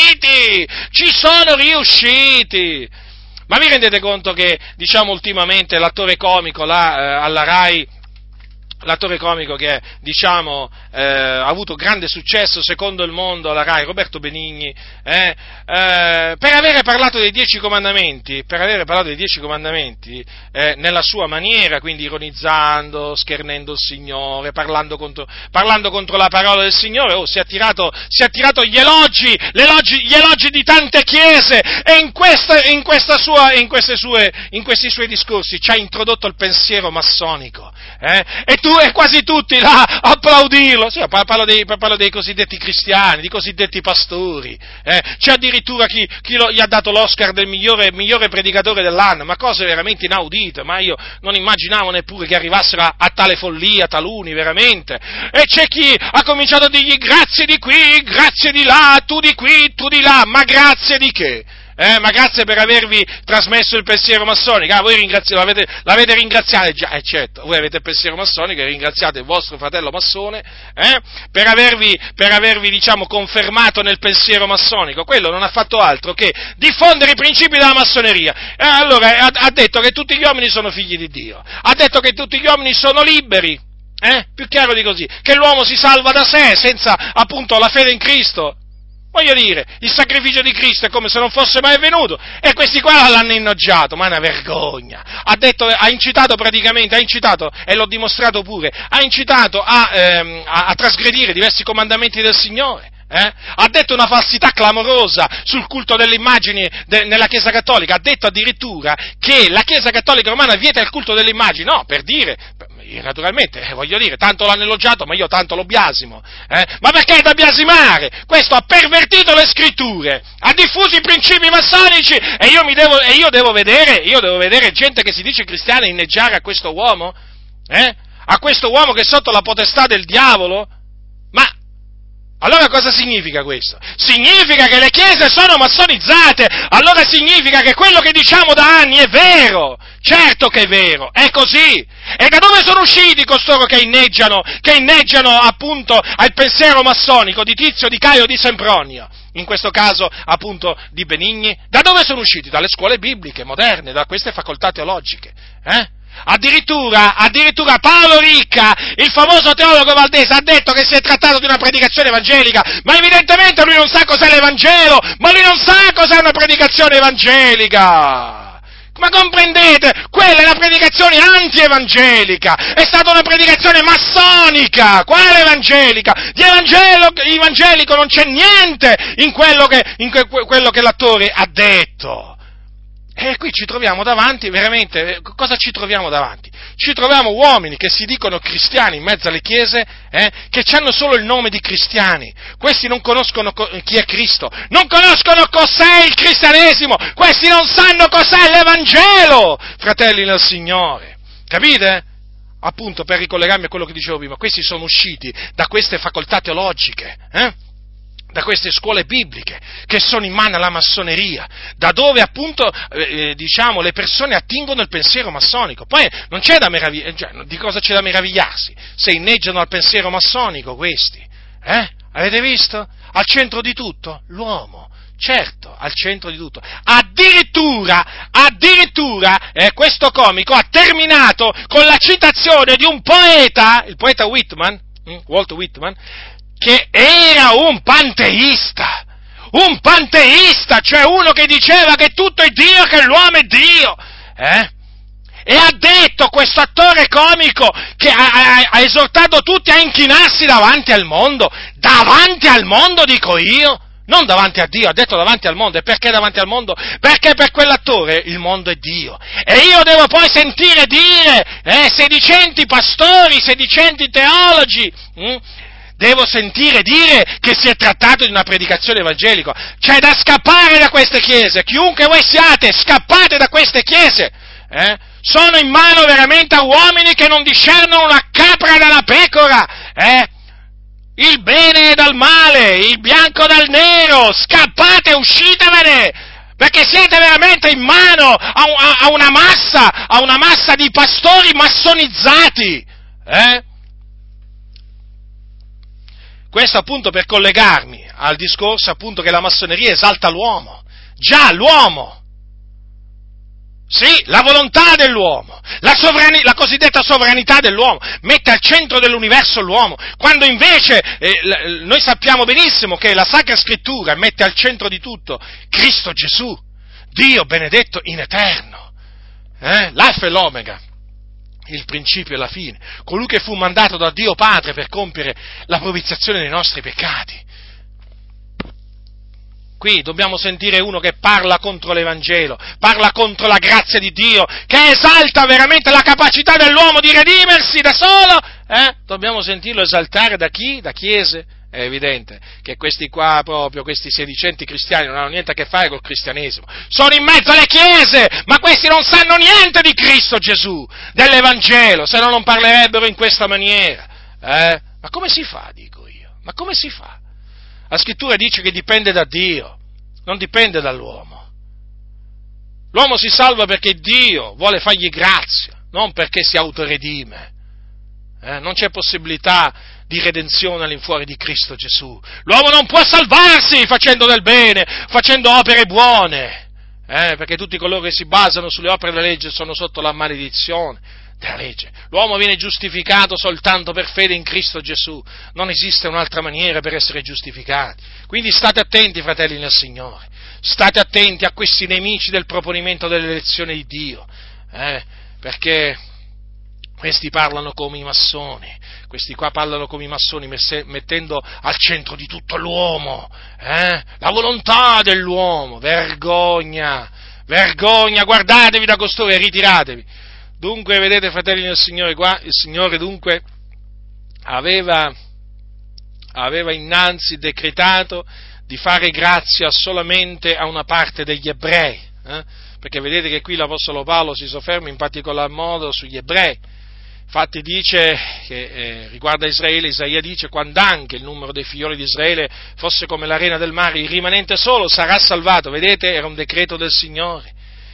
riusciti! Ma vi rendete conto che, ultimamente l'attore comico alla Rai, l'attore comico che, ha avuto grande successo secondo il mondo alla Rai, Roberto Benigni, per avere parlato dei 10 comandamenti, nella sua maniera, quindi ironizzando, schernendo il Signore, parlando contro la parola del Signore, si è attirato gli elogi di tante chiese, e in questi suoi discorsi ci ha introdotto il pensiero massonico, e quasi tutti là applaudirlo. Sì, parlo dei cosiddetti cristiani, di cosiddetti pastori, c'è addirittura chi gli ha dato l'Oscar del migliore predicatore dell'anno, ma cose veramente inaudite, ma io non immaginavo neppure che arrivassero a tale follia taluni, veramente. E c'è chi ha cominciato a dirgli grazie di qui, grazie di là, tu di qui, tu di là, ma grazie di che? Ma grazie per avervi trasmesso il pensiero massonico. Voi l'avete ringraziato, già, certo, voi avete il pensiero massonico e ringraziate il vostro fratello massone, per avervi, confermato nel pensiero massonico. Quello non ha fatto altro che diffondere i principi della massoneria. Allora, ha detto che tutti gli uomini sono figli di Dio, ha detto che tutti gli uomini sono liberi, più chiaro di così, che l'uomo si salva da sé, senza, appunto, la fede in Cristo. Voglio dire, il sacrificio di Cristo è come se non fosse mai venuto, e questi qua l'hanno innoggiato, ma è una vergogna. Ha incitato, e l'ho dimostrato pure, ha incitato a trasgredire diversi comandamenti del Signore. Ha detto una falsità clamorosa sul culto delle immagini nella Chiesa Cattolica, ha detto addirittura che la Chiesa Cattolica Romana vieta il culto delle immagini, no, per dire, io naturalmente, voglio dire, tanto l'hanno elogiato, ma io tanto lo biasimo, ma perché è da biasimare? Questo ha pervertito le scritture, ha diffuso i principi massonici, e io devo vedere gente che si dice cristiana inneggiare a questo uomo, a questo uomo che è sotto la potestà del diavolo? Ma allora cosa significa questo? Significa che le chiese sono massonizzate, allora significa che quello che diciamo da anni è vero, certo che è vero, è così. E da dove sono usciti costoro che inneggiano appunto al pensiero massonico di Tizio, di Caio, di Sempronio? In questo caso appunto di Benigni? Da dove sono usciti? Dalle scuole bibliche moderne, da queste facoltà teologiche, Addirittura Paolo Ricca, il famoso teologo valdese, ha detto che si è trattato di una predicazione evangelica, ma evidentemente lui non sa cos'è l'Evangelo, ma lui non sa cos'è una predicazione evangelica! Ma comprendete? Quella è una predicazione anti-evangelica, è stata una predicazione massonica, quale evangelica? Di evangelico non c'è niente in quello che l'attore ha detto. E qui ci troviamo davanti, veramente, cosa ci troviamo davanti? ci troviamo uomini che si dicono cristiani in mezzo alle chiese, che hanno solo il nome di cristiani. Questi non conoscono chi è Cristo, non conoscono cos'è il cristianesimo, questi non sanno cos'è l'Evangelo, fratelli nel Signore. Capite? Appunto, per ricollegarmi a quello che dicevo prima, questi sono usciti da queste facoltà teologiche, da queste scuole bibliche che sono in mano alla massoneria, da dove appunto le persone attingono il pensiero massonico. Poi non c'è da di cosa c'è da meravigliarsi se inneggiano al pensiero massonico questi, Avete visto? Al centro di tutto l'uomo, certo, al centro di tutto. Addirittura questo comico ha terminato con la citazione di un poeta, il poeta Whitman, Walt Whitman, che era un panteista, cioè uno che diceva che tutto è Dio, che l'uomo è Dio, E ha detto, questo attore comico, che ha esortato tutti a inchinarsi davanti al mondo dico io, non davanti a Dio, ha detto davanti al mondo. E perché davanti al mondo? Perché per quell'attore il mondo è Dio. E io devo poi sentire dire, sedicenti pastori, sedicenti teologi, devo sentire dire che si è trattato di una predicazione evangelica. C'è da scappare da queste chiese, chiunque voi siate, scappate da queste chiese, Sono in mano veramente a uomini che non discernono una capra dalla pecora, il bene dal male, il bianco dal nero, scappate, uscitevene, perché siete veramente in mano a una massa di pastori massonizzati, Questo appunto per collegarmi al discorso appunto che la massoneria esalta l'uomo, già l'uomo, sì, la volontà dell'uomo, la cosiddetta sovranità dell'uomo, mette al centro dell'universo l'uomo, quando invece noi sappiamo benissimo che la Sacra Scrittura mette al centro di tutto Cristo Gesù, Dio benedetto in eterno, l'alfa e l'omega, il principio e la fine, colui che fu mandato da Dio Padre per compiere la propiziazione dei nostri peccati. Qui dobbiamo sentire uno che parla contro l'Evangelo, parla contro la grazia di Dio, che esalta veramente la capacità dell'uomo di redimersi da solo, Dobbiamo sentirlo esaltare da chi? Da chiese? È evidente che questi qua, proprio, questi sedicenti cristiani non hanno niente a che fare col cristianesimo, sono in mezzo alle chiese, ma questi non sanno niente di Cristo Gesù, dell'Evangelo, se no non parlerebbero in questa maniera, Ma come si fa, dico io? Ma come si fa? La Scrittura dice che dipende da Dio, non dipende dall'uomo. L'uomo si salva perché Dio vuole fargli grazia, non perché si autoredime. Non c'è possibilità di redenzione all'infuori di Cristo Gesù. L'uomo non può salvarsi facendo del bene, facendo opere buone, perché tutti coloro che si basano sulle opere della legge sono sotto la maledizione della legge. L'uomo viene giustificato soltanto per fede in Cristo Gesù, non esiste un'altra maniera per essere giustificati. Quindi state attenti, fratelli nel Signore, state attenti a questi nemici del proponimento dell'elezione di Dio, perché questi parlano come i massoni, questi qua parlano come i massoni, mettendo al centro di tutto l'uomo, la volontà dell'uomo. Vergogna, guardatevi da costoro e ritiratevi. Dunque, vedete, fratelli del Signore, qua il Signore dunque aveva innanzi decretato di fare grazia solamente a una parte degli ebrei, perché vedete che qui l'Apostolo Paolo si sofferma in particolar modo sugli ebrei. Infatti dice che riguardo a Israele, Isaia dice: quando anche il numero dei figlioli di Israele fosse come l'arena del mare, il rimanente solo sarà salvato. Vedete, era un decreto del Signore.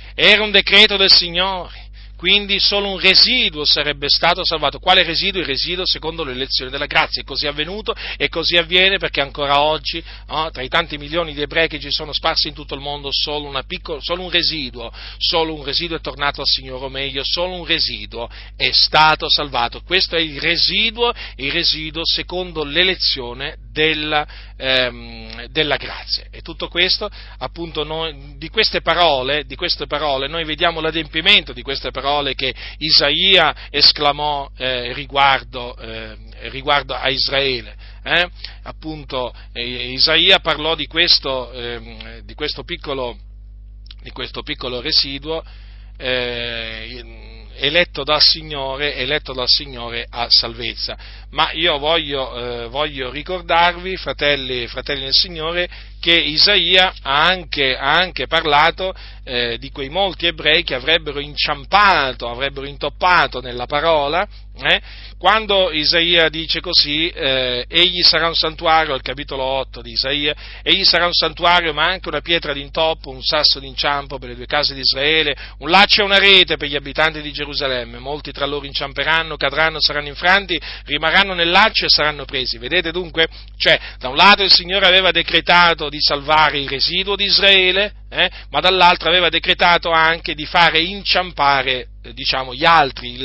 Quindi solo un residuo sarebbe stato salvato. Quale residuo? Il residuo secondo l'elezione della grazia. E così è avvenuto e così avviene perché ancora oggi, tra i tanti milioni di ebrei che ci sono sparsi in tutto il mondo, solo un residuo è tornato al Signore, o meglio, solo un residuo è stato salvato. Questo è il residuo secondo l'elezione della grazia. E tutto questo, appunto, di queste parole noi vediamo l'adempimento di queste parole che Isaia esclamò riguardo a Israele. Appunto, Isaia parlò di questo piccolo residuo eletto dal Signore a salvezza. Ma io voglio ricordarvi, fratelli nel Signore, che Isaia ha anche parlato di quei molti ebrei che avrebbero intoppato nella parola. Quando Isaia dice così, egli sarà un santuario, al capitolo 8 di Isaia, egli sarà un santuario ma anche una pietra d'intoppo, un sasso d'inciampo per le due case di Israele, un laccio e una rete per gli abitanti di Gerusalemme, molti tra loro inciamperanno, cadranno, saranno infranti, rimarranno nel laccio e saranno presi. Vedete dunque? Cioè, da un lato il Signore aveva decretato di salvare il residuo di Israele, ma dall'altro aveva decretato anche di fare inciampare, gli altri,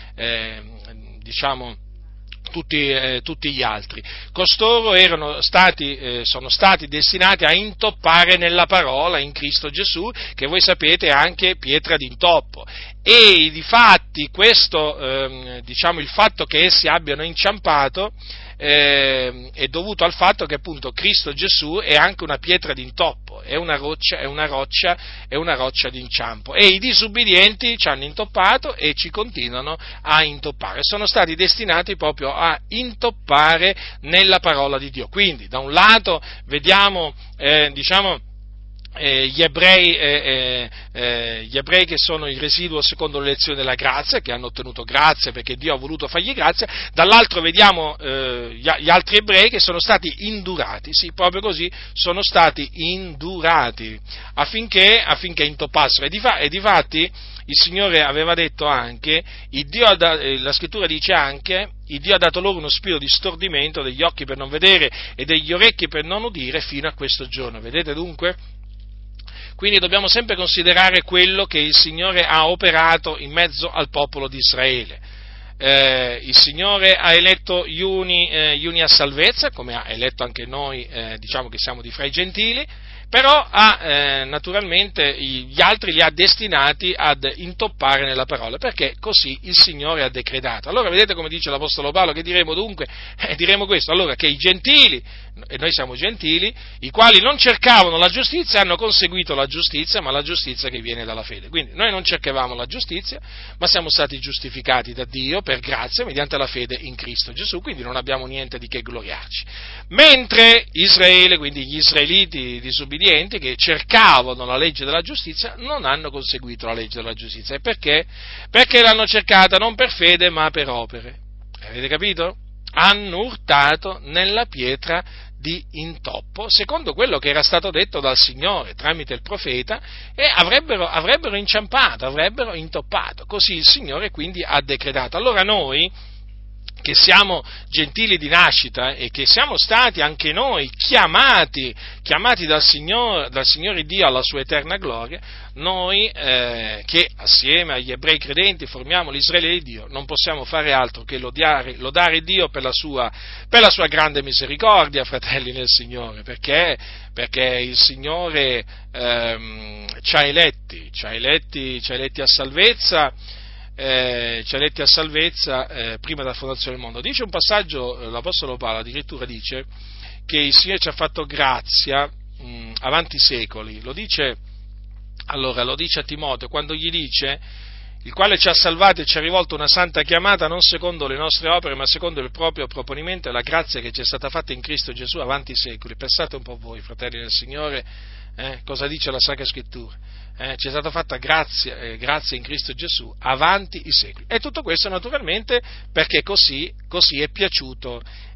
tutti gli altri. Costoro sono stati destinati a intoppare nella parola in Cristo Gesù, che voi sapete è anche pietra d'intoppo. E difatti il fatto che essi abbiano inciampato è dovuto al fatto che appunto Cristo Gesù è anche una pietra d'intoppo, è una roccia d'inciampo, e i disubbidienti ci hanno intoppato e ci continuano a intoppare, sono stati destinati proprio a intoppare nella parola di Dio. Quindi da un lato vediamo gli ebrei che sono il residuo secondo l'elezione della grazia, che hanno ottenuto grazia perché Dio ha voluto fargli grazia, dall'altro vediamo gli altri ebrei che sono stati indurati, sì, proprio così, sono stati indurati affinché intoppassero, e difatti il Signore aveva detto anche, la Scrittura dice anche, il Dio ha dato loro uno spirito di stordimento, degli occhi per non vedere e degli orecchi per non udire fino a questo giorno. Vedete dunque? Quindi dobbiamo sempre considerare quello che il Signore ha operato in mezzo al popolo di Israele. Il Signore ha eletto gli uni a salvezza, come ha eletto anche noi, che siamo di fra i gentili, però naturalmente gli altri li ha destinati ad intoppare nella parola, perché così il Signore ha decretato. Allora vedete come dice l'Apostolo Paolo, che diremo dunque? Diremo questo, allora, che i gentili, e noi siamo gentili, i quali non cercavano la giustizia hanno conseguito la giustizia, ma la giustizia che viene dalla fede. Quindi noi non cercavamo la giustizia, ma siamo stati giustificati da Dio per grazia mediante la fede in Cristo Gesù, quindi non abbiamo niente di che gloriarci. Mentre Israele, quindi gli israeliti disubbidienti che cercavano la legge della giustizia, non hanno conseguito la legge della giustizia. E perché? Perché l'hanno cercata non per fede ma per opere. Avete capito? Hanno urtato nella pietra di intoppo, secondo quello che era stato detto dal Signore tramite il profeta, e avrebbero inciampato, avrebbero intoppato. Così il Signore quindi ha decretato. Allora noi, che siamo gentili di nascita e che siamo stati anche noi chiamati dal Signore Dio alla sua eterna gloria, noi che assieme agli ebrei credenti formiamo l'Israele di Dio, non possiamo fare altro che lodare Dio per la sua grande misericordia, fratelli nel Signore, perché il Signore ci ha eletti a salvezza. Ci ha eletti a salvezza prima della fondazione del mondo. Dice un passaggio, l'Apostolo Paolo addirittura dice che il Signore ci ha fatto grazia avanti i secoli. Lo dice a Timoteo quando gli dice: il quale ci ha salvati e ci ha rivolto una santa chiamata non secondo le nostre opere ma secondo il proprio proponimento e la grazia che ci è stata fatta in Cristo Gesù avanti i secoli. Pensate un po' voi, fratelli del Signore, cosa dice la Sacra Scrittura. Ci è stata fatta grazia in Cristo Gesù avanti i secoli, e tutto questo naturalmente perché così è piaciuto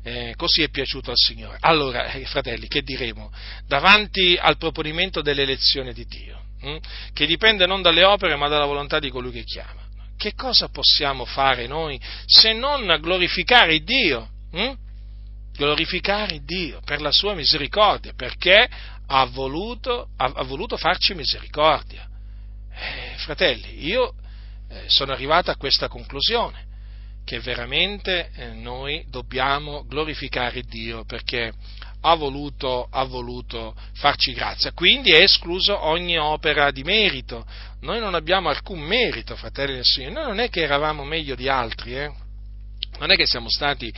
al Signore. Allora, fratelli, che diremo davanti al proponimento dell'elezione di Dio, che dipende non dalle opere ma dalla volontà di colui che chiama? Che cosa possiamo fare noi se non glorificare Dio? Glorificare Dio per la sua misericordia, perché ha voluto farci misericordia. Fratelli, io sono arrivato a questa conclusione, che veramente noi dobbiamo glorificare Dio perché ha voluto farci grazia, quindi è escluso ogni opera di merito. Noi non abbiamo alcun merito, fratelli del Signore, noi non è che eravamo meglio di altri, non è che siamo stati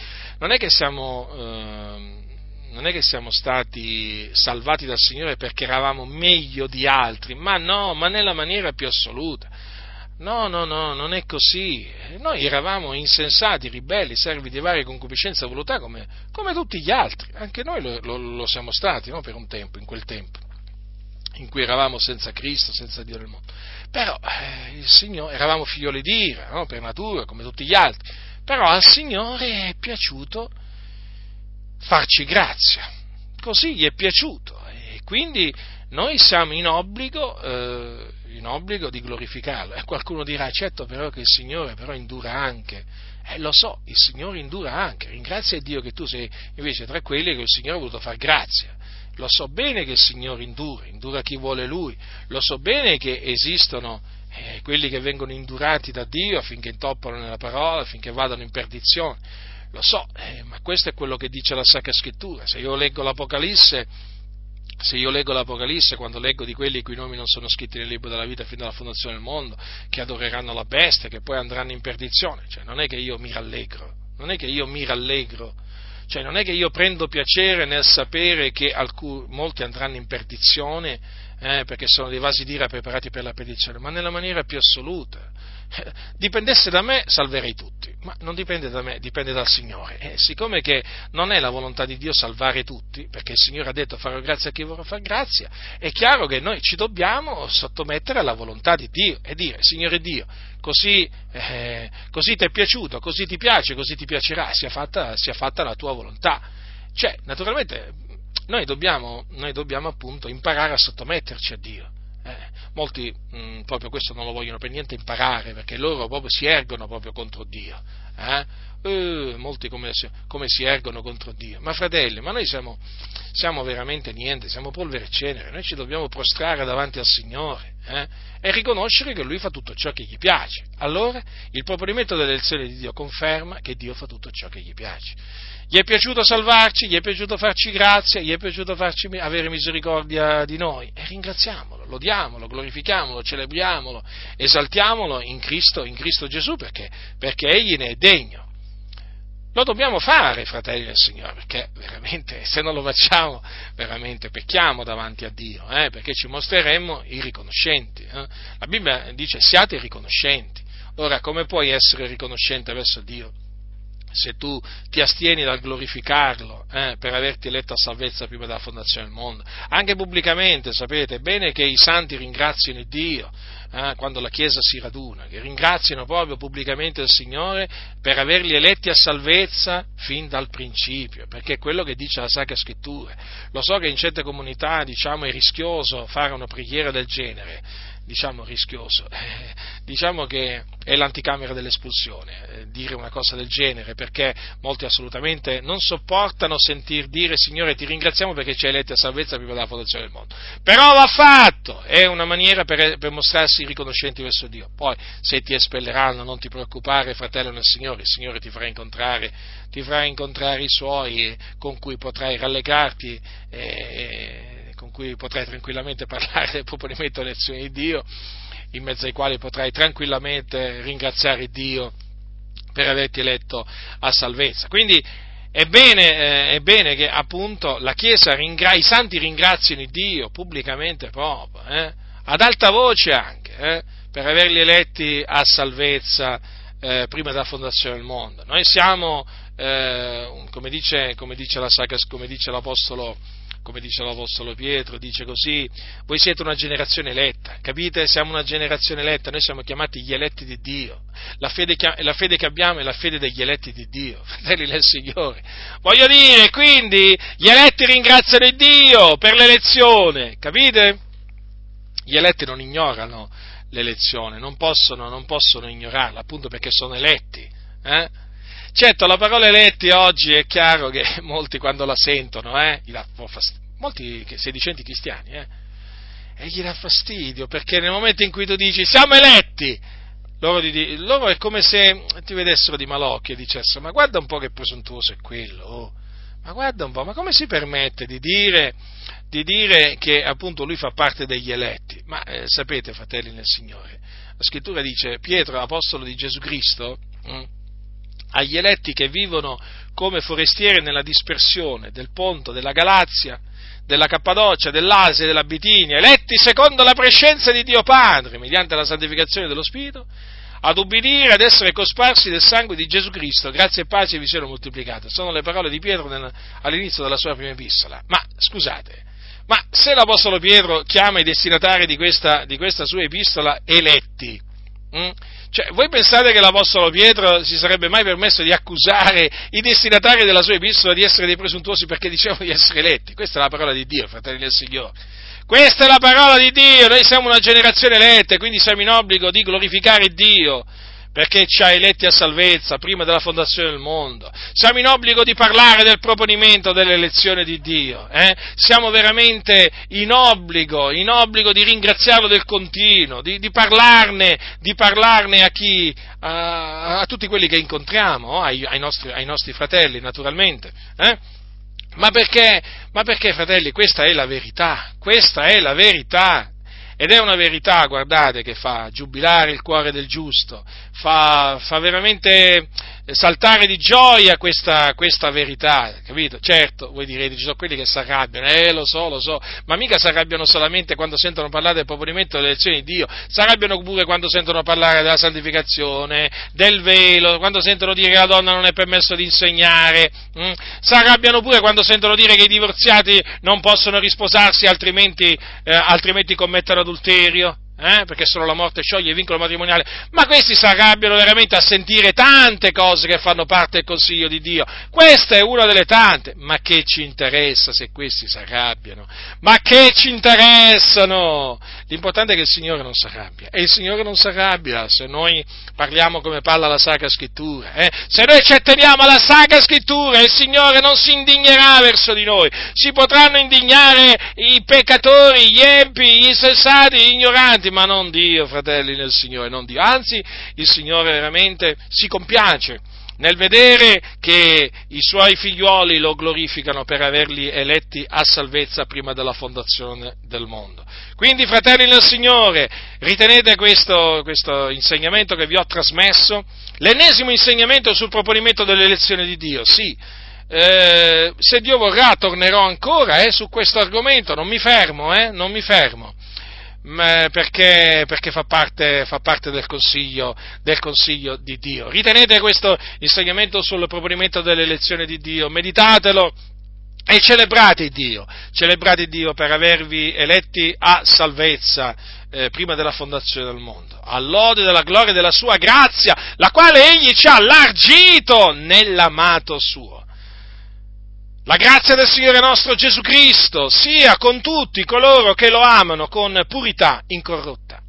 salvati dal Signore perché eravamo meglio di altri, ma no, ma nella maniera più assoluta. No, non è così. Noi eravamo insensati, ribelli, servi di varie concupiscenze e volontà come tutti gli altri. Anche noi lo siamo stati, no? Per un tempo, in quel tempo, in cui eravamo senza Cristo, senza Dio nel mondo. Però il Signore, eravamo figlioli di ira, no? Per natura, come tutti gli altri. Però al Signore è piaciuto farci grazia. Così gli è piaciuto. E quindi noi siamo in obbligo di glorificarlo. E qualcuno dirà, certo però che il Signore però indura anche. Lo so, il Signore indura anche. Ringrazia Dio che tu sei invece tra quelli che il Signore ha voluto far grazia. Lo so bene che il Signore indura chi vuole Lui. Lo so bene che esistono quelli che vengono indurati da Dio affinché intoppano nella parola, affinché vadano in perdizione. Lo so, ma questo è quello che dice la Sacra Scrittura. Se io leggo l'Apocalisse, quando leggo di quelli i cui nomi non sono scritti nel libro della vita fino alla fondazione del mondo, che adoreranno la bestia, che poi andranno in perdizione, cioè non è che io mi rallegro, cioè non è che io prendo piacere nel sapere che molti andranno in perdizione, perché sono dei vasi d'ira preparati per la perdizione, ma nella maniera più assoluta. Dipendesse da me, salverei tutti, ma non dipende da me, dipende dal Signore. Siccome che non è la volontà di Dio salvare tutti, perché il Signore ha detto farò grazia a chi vorrà far grazia, è chiaro che noi ci dobbiamo sottomettere alla volontà di Dio e dire, Signore Dio, così ti è piaciuto, così ti piace, così ti piacerà, sia fatta la tua volontà. Cioè, naturalmente, noi dobbiamo appunto imparare a sottometterci a Dio. Molti proprio questo non lo vogliono per niente imparare, perché loro proprio si ergono proprio contro Dio. Molti come si ergono contro Dio. Ma fratelli, ma noi siamo veramente niente, siamo polvere e cenere. Noi ci dobbiamo prostrare davanti al Signore e riconoscere che Lui fa tutto ciò che gli piace. Allora il proponimento dell'elezione di Dio conferma che Dio fa tutto ciò che gli piace. Gli è piaciuto salvarci, gli è piaciuto farci grazia, gli è piaciuto farci avere misericordia di noi, e ringraziamolo, lodiamolo, glorifichiamolo, celebriamolo, esaltiamolo in Cristo Gesù, perché Egli ne è degno. Lo dobbiamo fare, fratelli del Signore, perché veramente, se non lo facciamo, veramente pecchiamo davanti a Dio, perché ci mostreremmo irriconoscenti. La Bibbia dice siate riconoscenti. Ora, come puoi essere riconoscente verso Dio se tu ti astieni dal glorificarlo per averti eletto a salvezza prima della fondazione del mondo? Anche pubblicamente, sapete, è bene che i santi ringraziano Dio quando la Chiesa si raduna, che ringraziano proprio pubblicamente il Signore per averli eletti a salvezza fin dal principio, perché è quello che dice la Sacra Scrittura. Lo so che in certe comunità, è rischioso fare una preghiera del genere, rischioso, diciamo che è l'anticamera dell'espulsione, dire una cosa del genere, perché molti assolutamente non sopportano sentir dire Signore ti ringraziamo perché ci hai eletti a salvezza prima della fondazione del mondo, però va fatto, è una maniera per mostrarsi riconoscenti verso Dio. Poi se ti espelleranno non ti preoccupare, fratello nel Signore, il Signore ti farà incontrare i Suoi con cui potrai rallegrarti con cui potrai tranquillamente parlare del proponimento dell'elezione di Dio, in mezzo ai quali potrai tranquillamente ringraziare Dio per averti eletto a salvezza. Quindi è bene che appunto la Chiesa, i santi ringrazino Dio pubblicamente proprio, ad alta voce anche, per averli eletti a salvezza prima della fondazione del mondo. Noi siamo, come dice l'Apostolo Pietro, dice così, voi siete una generazione eletta, capite? Siamo una generazione eletta, noi siamo chiamati gli eletti di Dio, la fede che abbiamo è la fede degli eletti di Dio, fratelli del Signore. Voglio dire, quindi, gli eletti ringraziano Dio per l'elezione, capite? Gli eletti non ignorano l'elezione, non possono ignorarla, appunto perché sono eletti, Certo, la parola eletti oggi è chiaro che molti quando la sentono, gli dà fastidio, molti sedicenti cristiani, e gli dà fastidio, perché nel momento in cui tu dici siamo eletti, loro è come se ti vedessero di malocchio e dicessero ma guarda un po' che presuntuoso è quello, ma guarda un po', ma come si permette di dire che appunto lui fa parte degli eletti? Ma sapete, fratelli nel Signore, la Scrittura dice, Pietro, apostolo di Gesù Cristo, agli eletti che vivono come forestieri nella dispersione del Ponto, della Galazia, della Cappadocia, dell'Asia e della Bitinia, eletti secondo la prescenza di Dio Padre, mediante la santificazione dello Spirito, ad ubbidire, ad essere cosparsi del sangue di Gesù Cristo, grazie e pace vi siano moltiplicate. Sono le parole di Pietro all'inizio della sua prima epistola. Ma, scusate, ma se l'Apostolo Pietro chiama i destinatari di questa sua epistola eletti, cioè, voi pensate che l'Apostolo Pietro si sarebbe mai permesso di accusare i destinatari della sua epistola di essere dei presuntuosi perché dicevano di essere eletti? Questa è la parola di Dio, fratelli del Signore. Questa è la parola di Dio, noi siamo una generazione eletta e quindi siamo in obbligo di glorificare Dio, perché ci ha eletti a salvezza prima della fondazione del mondo. Siamo in obbligo di parlare del proponimento dell'elezione di Dio, Siamo veramente in obbligo di ringraziarlo del continuo, di parlarne a tutti quelli che incontriamo, ai nostri fratelli naturalmente, Ma perché, fratelli, questa è la verità, ed è una verità, guardate, che fa giubilare il cuore del giusto, fa veramente saltare di gioia questa verità, capito? Certo, voi direte, ci sono quelli che si arrabbiano, lo so, ma mica si arrabbiano solamente quando sentono parlare del proponimento delle elezioni di Dio, si arrabbiano pure quando sentono parlare della santificazione, del velo, quando sentono dire che la donna non è permesso di insegnare, si arrabbiano pure quando sentono dire che i divorziati non possono risposarsi altrimenti commettono adulterio, perché solo la morte scioglie il vincolo matrimoniale, ma questi si arrabbiano veramente a sentire tante cose che fanno parte del consiglio di Dio. Questa è una delle tante, ma che ci interessa se questi si arrabbiano? Ma che ci interessano? L'importante è che il Signore non si arrabbia, e il Signore non si arrabbia se noi parliamo come parla la Sacra Scrittura, Se noi ci atteniamo alla Sacra Scrittura, il Signore non si indignerà verso di noi. Si potranno indignare i peccatori, gli empi, gli insensati, gli ignoranti, ma non Dio, fratelli nel Signore, non Dio. Anzi, il Signore veramente si compiace nel vedere che i Suoi figliuoli lo glorificano per averli eletti a salvezza prima della fondazione del mondo. Quindi, fratelli nel Signore, ritenete questo insegnamento che vi ho trasmesso, l'ennesimo insegnamento sul proponimento dell'elezione di Dio, sì. Se Dio vorrà tornerò ancora su questo argomento, non mi fermo, perché fa parte del consiglio di Dio. Ritenete questo insegnamento sul proponimento dell'elezione di Dio, meditatelo e celebrate Dio per avervi eletti a salvezza prima della fondazione del mondo, all'ode della gloria della sua grazia, la quale Egli ci ha largito nell'amato suo. La grazia del Signore nostro Gesù Cristo sia con tutti coloro che lo amano con purità incorrotta.